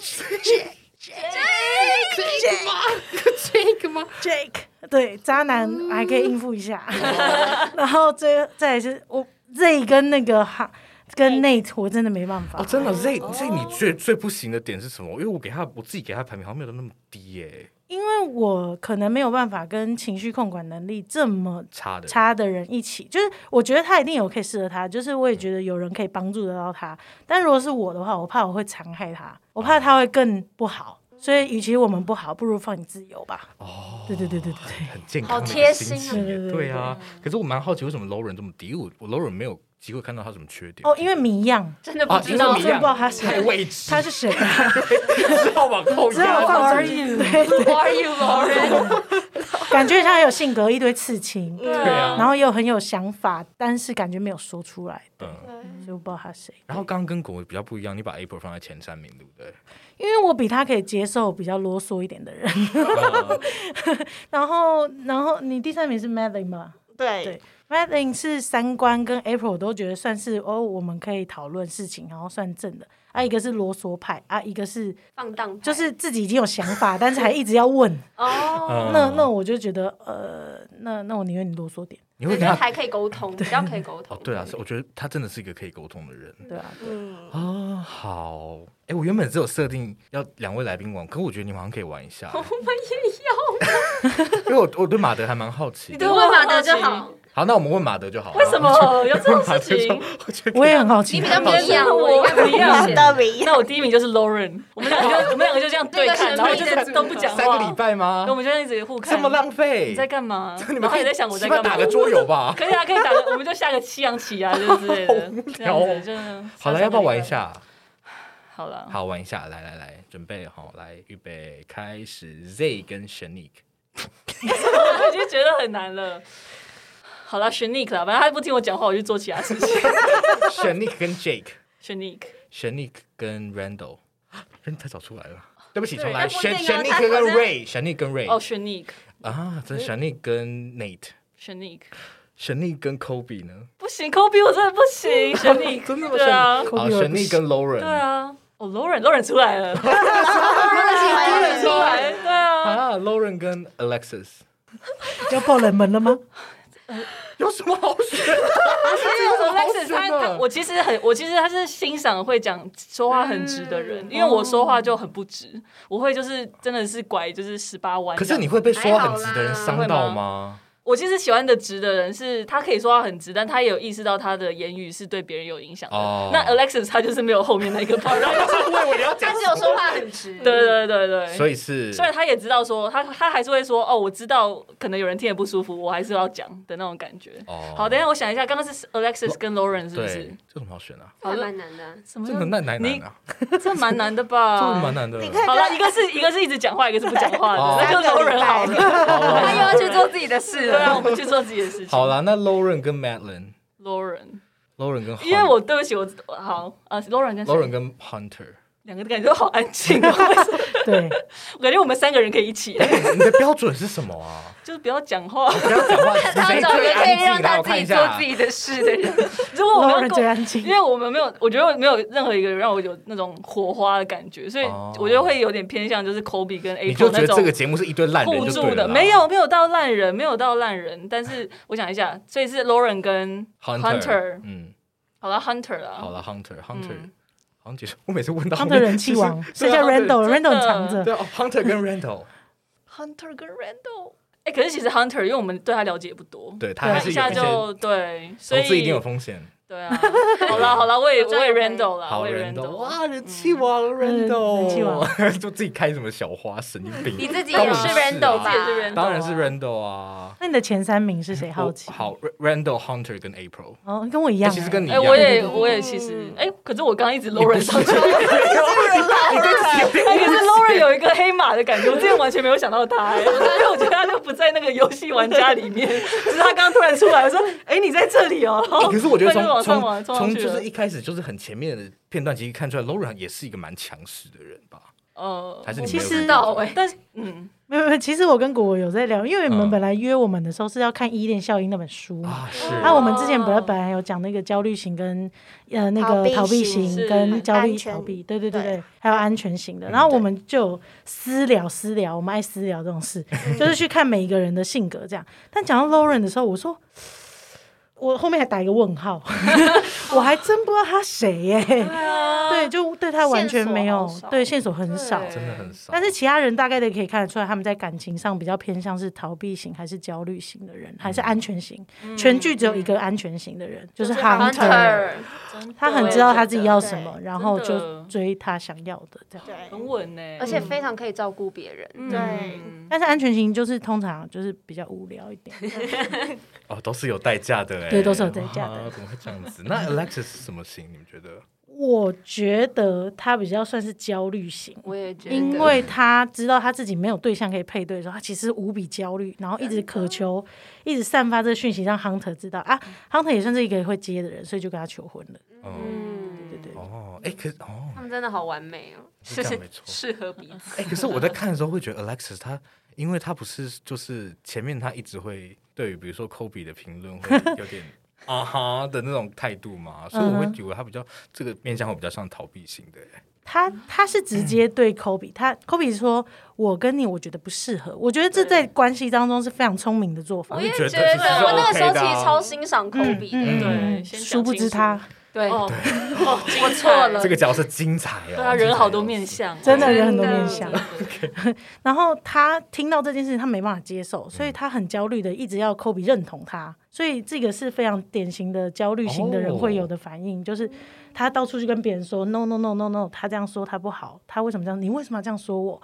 这个吗？ Jake， 对，渣男还可以应付一下，然后最再来是我 Z 跟那个哈跟 Nate， 我真的没办法哦，，真的，Z Z 你最最不行的点是什么？因为我给他，我自己给他排名好像没有到那么低耶， 因为我可能没有办法跟情绪控管能力这么差的。 差的人一起，就是我觉得他一定有可以适合他，就是我也觉得有人可以帮助得到他，但如果是我的话，我怕我会残害他，我怕他会更不好。所以，与其我们不好，不如放你自由吧。 哦， 对对对对对很健康的一个好贴心啊心情耶对对对对啊，可是我蛮好奇，为什么 Lauren 这么低？我我 Lauren 没有机会看到他什么缺点。 哦，因为谜样， 真的不啊， 知道因为你真的不知道他是太未知， 他是谁啊？ 只好往后只好压。 放 Are 进去 you？ 对对 Who are you, Lauren？ 感觉他很有性格，一堆刺青， 对对啊然后又很有想法，但是感觉没有说出来， 嗯， 所以我不知道他谁。 然后刚刚跟果比较不一样，你把 April 放在前三名，对不对？ 因为我比他可以接受比较啰嗦一点的人。 嗯然后，然后你第三名是 Madeline 吗？ 对对，Madeline 是三观跟 April 我都觉得算是哦，我们可以讨论事情，然后算正的。啊，一个是啰嗦派啊，一个是放荡派， 就是自己已经有想法，但是还一直要问。 哦， 嗯那那我就觉得呃，那那我宁愿你啰嗦点。 你会跟他就是还可以沟通，比较可以沟通哦，。对啊，是我觉得他真的是一个可以沟通的人。 对啊， 嗯， 啊，好，哎，我原本只有设定要两位来宾玩，可我觉得你们好像可以玩一下， 我们也因为我我对马德还蛮好奇的。 要，问马德就好。 好，那我们问马德就好了。 为什么有这种事情？ 我觉得我也很好奇。 你比较不一样，我应该不一样明显的迷。 那我第一名就是 Lauren，我们两个就我们两个就这样对看，然后就那个是都不讲三个礼话， 拜吗我？们就这样一直互看。 这么浪费？ 你在干嘛？ 你们然后也在想我在干嘛起码打个。桌游吧。 可以啊，可以打个，我们就下个西洋棋啊，就是之类的，这样子，就是。 好了，要不要玩一？下？ 好了， 好，玩一下，来来来，准备好，来预备开始 ，Z 跟 Shanique。 我已经觉得很难了。好了 ，Shanique 啦，反正他不听我讲话，我就做其他事情。 Shanique 跟 Jake。Shanique Shanique 跟 Randall， 人太早出来了，对不起，重来。 但不一定啊 Shanique 他跟好像 Ray，Shanique 跟 Ray。 哦 ，Shanique 啊，这 Shanique 跟 Shanique Nate。Shanique 跟 Kobe 呢？ 不行 ，Kobe 我真的不行，Shanique 真的吗？ 对啊， 好 ，Shanique 跟 Lauren。 对啊，哦 ，Lauren，Lauren 出来了，Lauren 出来，对啊， 啊 ，Lauren 跟 Alexis。 要爆冷门了吗？ 有什么好选的？ Alexis 他他我其实很我其实他是欣赏会讲说话很直的人，因为我说话就很不直，我会就是真的是拐就是十八弯。 可是你会被说话很直的人伤到吗？ 我其实喜欢的直的人是，他可以说他很直，但他也有意识到他的言语是对别人有影响的。 哦、 那 Alexis 他就是没有后面那个 part， 我以为你要讲， 他只有说话很直。 对对对对， 所以是， 虽然他也知道说，他他还是会说，哦，我知道可能有人听得不舒服，我还是要讲的那种感觉。哦、好，等一下我想一下，刚刚是 Alexis 跟 Lauren 是不是？ 这怎么好选啊？ 还蛮难的。 什么？ 这很难难难啊！ 这蛮难的吧？ 这蛮难的。 好了，一个是一个是一是一直讲话，一个是不讲话的，那就 Lauren 好了。 他又要去做自己的事了。 对啊，我们去做自己的事情。 好啦，那 Lauren 跟 Madeline。Lauren。Lauren 跟因为我对不起我好啊 ，Lauren 跟 Lauren 跟 Hunter。 两个感觉都好安静哦。 对， 我感觉我们三个人可以一起。 你的标准是什么啊？ 就是不要讲话， 不要讲话， 他找个可以让他自己做自己的事的人。 如果我们最安静， 因为我们没有，我觉得没有任何一个人让我有那种火花的感觉，所以我觉得会有点偏向就是 Kobe 跟 April 那种。 你就觉得这个节目是一堆烂人互助的？没有，没有到烂人，没有到烂人。但是我想一下，所以是 Lauren 跟 Hunter。嗯，好了 Hunter 啦， 好了 Hunter，Hunter。好像结束，我每次问到 Hunter 人气王，剩下 Randall，Randall 藏着。 对 ，Hunter 跟 Randall，Hunter 跟 Randall。哎，可是其实 Hunter，因为我们对他了解也不多， 对他还是有一下就对，所以投资一定有风险。 对啊，好啦好啦，我也我也 Randall 啦， 好 Randall， 哇，人气王 Randall， 人气王， 就自己开什么小花，神经病。 你自己也是 Randall 吧？ 当然是 Randall 啊。 那你的前三名是谁？好奇。 好 ，Randall、Hunter 跟 April。 哦，跟我一样。 其实跟你一样。我也我也其实，哎，可是我刚刚一直 Lauren 上去。 你对自己。 可是 Lauren 有一个黑马的感觉，我之前完全没有想到他，因为我觉得他就不在那个游戏玩家里面，只是他刚刚突然出来，我说，哎，你在这里哦。 可是我觉得从从从就是一开始就是很前面的片段，其实看出来 Lauren 也是一个蛮强势的人吧？ 呃， 还是你其实到哎，但是嗯， 没有没有，其实我跟果果有在聊，因为你们本来约我们的时候是要看《依恋效应》那本书嘛，那我们之前本来本来有讲那个焦虑型跟呃那个逃避型跟焦虑逃避，对对对对，还有安全型的，然后我们就私聊私聊，我们爱私聊这种事，就是去看每一个人的性格这样。但讲到 Lauren 的时候，我说。我后面还打一个问号，我还真不知道他谁耶、欸。对，就对他完全没有，对线索很少， 真的很少。 但是其他人大概的可以看得出来，他们在感情上比较偏向是逃避型还是焦虑型的人，还是安全型。嗯、全剧只有一个安全型的人，嗯、就是 Hunter， 他很知道他自己要什么，然后就追他想要的，这样很稳呢， 而且非常可以照顾别人。 嗯、 对， 但是安全型就是通常就是比较无聊一点。 哦，都是有代价的哎， 对，都是有代价的。 怎么会这样子？那 Alexis 是什么型？你们觉得？ 我觉得他比较算是焦虑型， 我也觉得， 因为他知道他自己没有对象可以配对的时候，他其实无比焦虑，然后一直渴求，一直散发这个讯息让 Hunter 知道啊、嗯、，Hunter 也算是一个会接的人，所以就跟他求婚了。 嗯，对对对。哦，哎，可是哦， 他们真的好完美哦， 是没错， 适合彼此。 哎，可是我在看的时候会觉得 Alexis 他，因为他不是就是前面他一直会对于比如说 Kobe 的评论会有点。啊哈的那种态度嘛，所以我会觉得他比较、嗯、这个面向会比较像逃避型的。 他他是直接对 Kobe，、嗯、他 Kobe 说：“我跟你，我觉得不适合。”我觉得这在关系当中是非常聪明的做法。 我也觉得，我那个时候其实超欣赏 Kobe 的， 嗯嗯、对， 殊不知他。 对， 哦，我错了， 这个角色精彩哦， 对啊，人好多面相， 真的人很多面相。然后他听到这件事情，他没办法接受，所以他很焦虑的，一直要 Kobe 认同他。所以这个是非常典型的焦虑型的人会有的反应，就是他到处去跟别人说 no no no no no， 他这样说他不好，他为什么这样？你为什么要这样说我？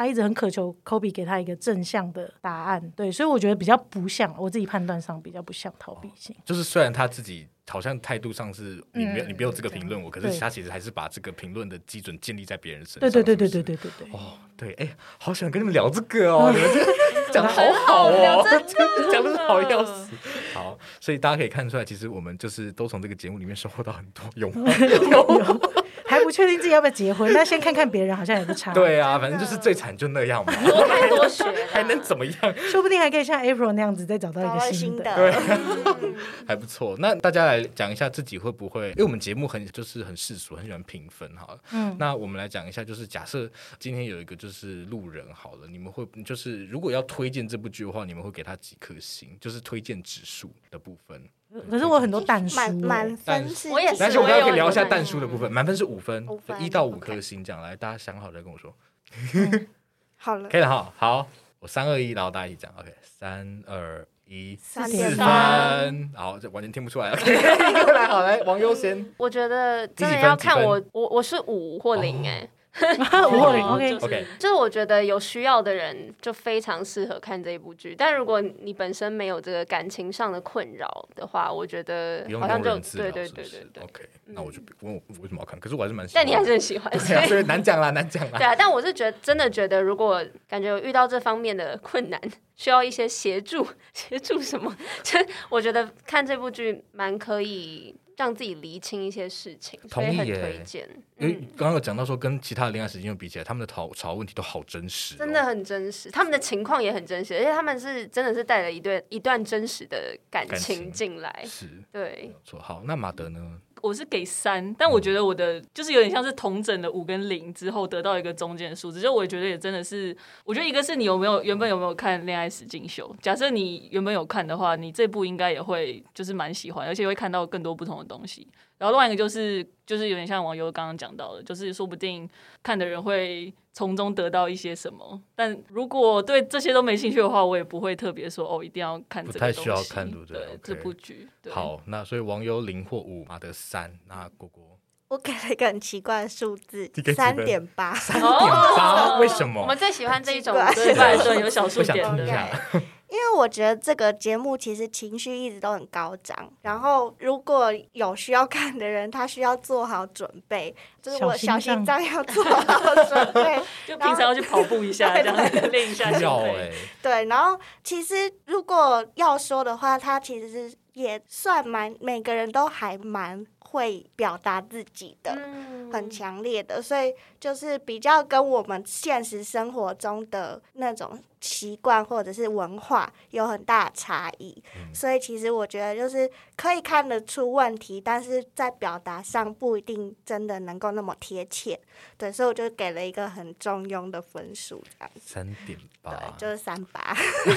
他一直很渴求 Kobe 给他一个正向的答案，对，所以我觉得比较不像，我自己判断上比较不像逃避性。 哦、就是虽然他自己好像态度上是你没有、嗯、你没有这个评论我，可是他其实还是把这个评论的基准建立在别人身上。 对对对对对对对对。 哦，对，哎，好想跟你们聊这个哦，你们讲的好好哦，讲的好要死。好，所以大家可以看出来，其实我们就是都从这个节目里面收获到很多有还不确定自己要不要结婚，但先看看别人好像也不差。 对啊，反正就是最惨就那样嘛， 多看多学， 还能怎么样？ 说不定还可以像 April 那样子再找到一个新的， 对，还不错。那大家来讲一下自己会不会，因为我们节目很就是很世俗，很喜欢评分好了。嗯，那我们来讲一下，就是假设今天有一个就是路人好了，你们会就是如果要推荐这部剧的话，你们会给他几颗星？就是推荐指数的部分。 可是我很多淡书， 满分是， 我也是。 但是我们可以聊一下淡书的部分，满分是五分，一到五颗星这样。来，大家想好再跟我说。 嗯、好了， 可以了哈。好，我三二一，然后大家一起讲。OK， 三二一， 四分。好，这完全听不出来。OK， 又来，好来，王优先。 我觉得真的要看我，我我是五或零哎、欸。 五或零 OK OK， 就是我觉得有需要的人就非常适合看这一部剧，但如果你本身没有这个感情上的困扰的话，我觉得好像就对对对对对 OK， 那我就不问我为什么要看，可是我还是蛮喜欢， 但你还是很喜欢， 对啊，所以难讲啦，难讲啦。 对啊，但我是觉得真的觉得，如果感觉有遇到这方面的困难，需要一些协助，协助什么？就我觉得看这部剧蛮可以让自己厘清一些事情，所以很推荐。 因为刚刚有讲到说，跟其他的恋爱实境秀比起来，他们的吵吵问题都好真实、哦， 真的很真实。他们的情况也很真实，而且他们是真的是带了一段一段真实的感情进来。 是， 对， 错。好，那马德呢？ 我是给三，但我觉得我的就是有点像是统整了五跟零之后得到一个中间的数字，就我觉得也真的是，我觉得一个是你有没有原本有没有看恋爱实境秀，假设你原本有看的话，你这部应该也会就是蛮喜欢，而且会看到更多不同的东西。然后另外一个就是就是有点像网友刚刚讲到的，就是说不定看的人会从中得到一些什么，但如果对这些都没兴趣的话，我也不会特别说哦一定要看这个东西， 不太需要看对不对？ 对、okay. 这部剧。 好，那所以网友零或五，马德三，那果果我给了一个很奇怪的数字，三点八， 三点八，为什么？ 我们最喜欢这一种对对有小数点的。 因为我觉得这个节目其实情绪一直都很高涨，然后如果有需要看的人，他需要做好准备，就是我小心脏要做好准备， 就平常要去跑步一下，这样练一下心肺。 对，然后其实如果要说的话，他其实也算蛮每个人都还蛮会表达自己的，嗯、很强烈的，所以就是比较跟我们现实生活中的那种习惯或者是文化有很大的差异，嗯、所以其实我觉得就是可以看得出问题，但是在表达上不一定真的能够那么贴切，对，所以我就给了一个很中庸的分数，这样子。 三点八， 对，就是三八。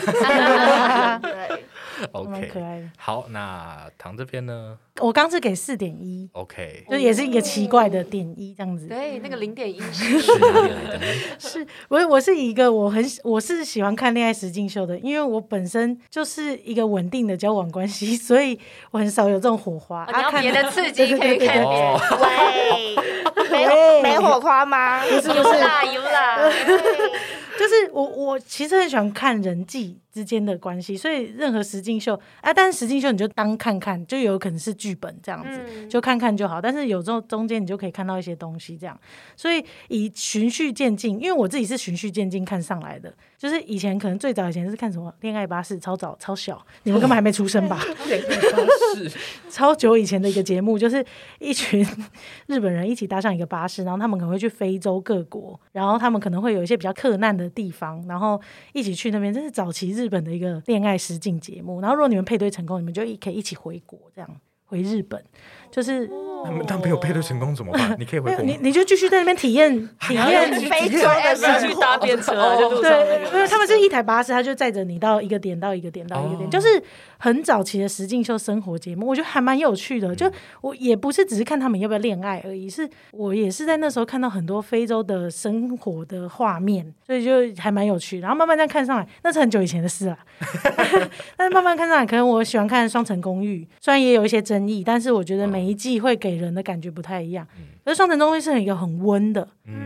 对 ，OK， 可爱的。 好，那唐这边呢？ 我刚是给四点一 ，OK， 就也是一个奇怪的点一这样子。 对，那个零点一是哪里来的呢？ 是我我是一个我很我是喜欢看恋爱实境秀的，因为我本身就是一个稳定的交往关系，所以我很少有这种火花。 哦、你要别的刺激可以看别人。 喂，没没火花吗？ 不是不是， 有啦有啦。 就是我我其实很喜欢看人际之间的关系，所以任何实境秀啊，但是实境秀你就当看看，就有可能是剧本这样子，嗯、就看看就好。但是有时候中间你就可以看到一些东西，这样。所以以循序渐进，因为我自己是循序渐进看上来的，就是以前可能最早以前是看什么《恋爱巴士》，超早超小，你们根本还没出生吧？ 恋爱巴士超久以前的一个节目，就是一群日本人一起搭上一个巴士，然后他们可能会去非洲各国，然后他们可能会有一些比较克难的地方，然后一起去那边。这是早期日本的一个恋爱实境节目，然后如果你们配对成功，你们就可以一起回国，这样回日本。就是他们他没有配对成功怎么办？你可以回国， 你你就继续在那边体验体验非洲的生活， 去搭便车啊，就路上那个。 对，因为他们是一台巴士，他就载着你到一个点到一个点到一个点，哦、就是很早期的实境秀生活节目，我觉得还蛮有趣的。就我也不是只是看他们要不要恋爱而已，是我也是在那时候看到很多非洲的生活的画面，所以就还蛮有趣。然后慢慢这样看上来，那是很久以前的事啦。但是慢慢看上来，可能我喜欢看《双层公寓》，虽然也有一些争议，但是我觉得每一季会给人的感觉不太一样。可是《双层公寓》是一个很温的，嗯，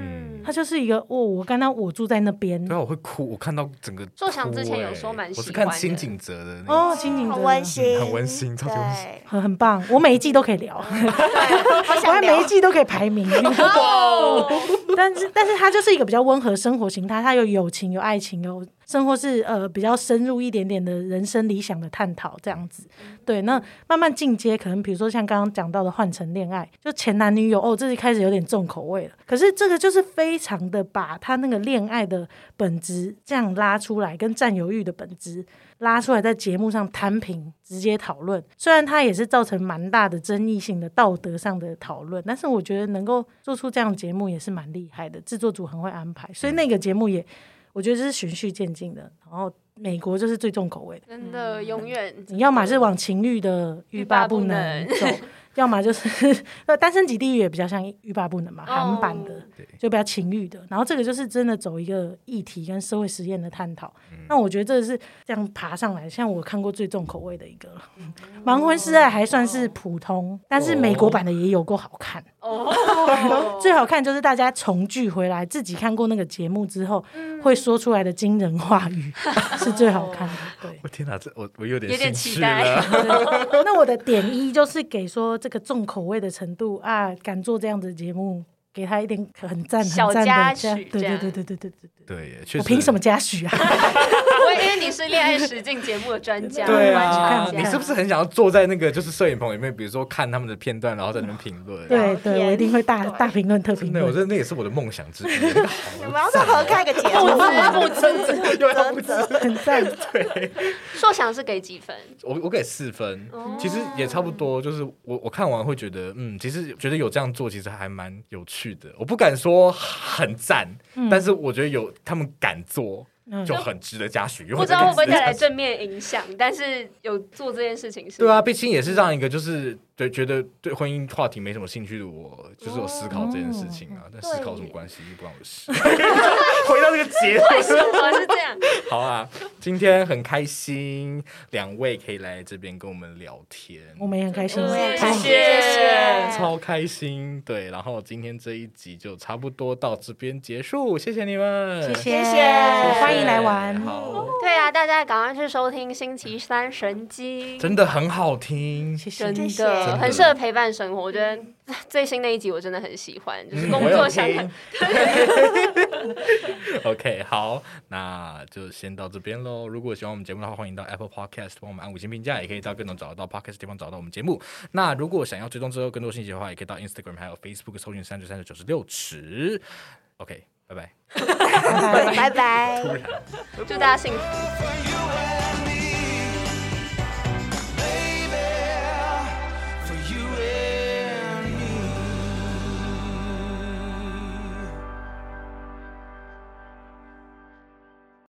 他就是一个哦，我刚刚我住在那边， 对啊，我会哭，我看到整个硕翔之前哭欸有说蛮喜欢的我是看清景泽的那个哦，清景很泽温馨， 很温馨超级温馨对， 很很棒，我每一季都可以聊， 好我想聊还每一。季都可以排名。但是但是它就是一个比较温和生活形态，它有友情有爱情有生活是呃比较深入一点点的人生理想的探讨这样子。对，那慢慢进阶，可能比如说像刚刚讲到的换乘恋爱，就前男女友哦，这一开始有点重口味了。可是这个就是非常的把他那个恋爱的本质这样拉出来，跟占有欲的本质拉出来，在节目上摊平，直接讨论。虽然它也是造成蛮大的争议性的道德上的讨论，但是我觉得能够做出这样的节目也是蛮厉害的，制作组很会安排，所以那个节目也我觉得是循序渐进的。然后美国就是最重口味的， 真的永远你要么是往情欲的欲罢不能走，要么就是单身级地狱也比较像欲罢不能嘛，韩版的、 哦、 就比较情欲的，然后这个就是真的走一个议题跟社会实验的探讨、嗯、那我觉得这是这样爬上来，像我看过最重口味的一个了、嗯、盲婚试爱还算是普通，但是美国版的也有够好看哦最好看就是大家重聚回来自己看过那个节目之后、嗯、会说出来的惊人话语是最好看的。对， 我天哪，这我我有点有点兴趣期待了那我的点一就是给说这个重口味的程度啊，敢做这样子的节目，给他一点很赞很赞的小嘉许， 对对对对对对对对，确实我凭什么嘉许啊？ 我以为你是恋爱实境节目的专家。 对啊， 你你是不是很想要坐在那个就是摄影棚里面，比如说看他们的片段，然后在那边评论？ 对对，我一定会大大评论特评论。 对，我觉得那也是我的梦想之一。 我们要是合开个节目， 不知又要不知， 很赞。 对， 硕翔是给几分？ 我我给四分，其实也差不多。就是我我看完会觉得，嗯，其实觉得有这样做，其实还蛮有趣的。我不敢说很赞，嗯、但是我觉得有他们敢做。就很值得嘉许， 不知道会不会带来正面影响，但是有做这件事情是对啊，毕竟也是让一个就是对觉得对婚姻话题没什么兴趣的我，就是有思考这件事情啊。哦、但思考有什么关系？不关我的事。回到这个结论， 为什么是这样？ 好啊，今天很开心，两位可以来这边跟我们聊天， 我们也很开心， 谢谢， 超开心。对，然后今天这一集就差不多到这边结束，谢谢你们， 谢谢，欢迎。来玩好， 对啊，大家赶快去收听星期三神机， 真的很好听， 谢谢， 真的很适合陪伴生活。我觉得最新那一集我真的很喜欢，就是工作相关。 OK， 好，那就先到这边喽。如果喜欢我们节目的话，欢迎到 Apple Podcast 帮我们按五星评价，也可以到各种找得到 Podcast 地方找到我们节目。那如果想要追踪之后更多信息的话，也可以到 Instagram 还有 Facebook 搜寻三九三九十六尺。OK。拜拜， 拜拜， 祝大家幸福。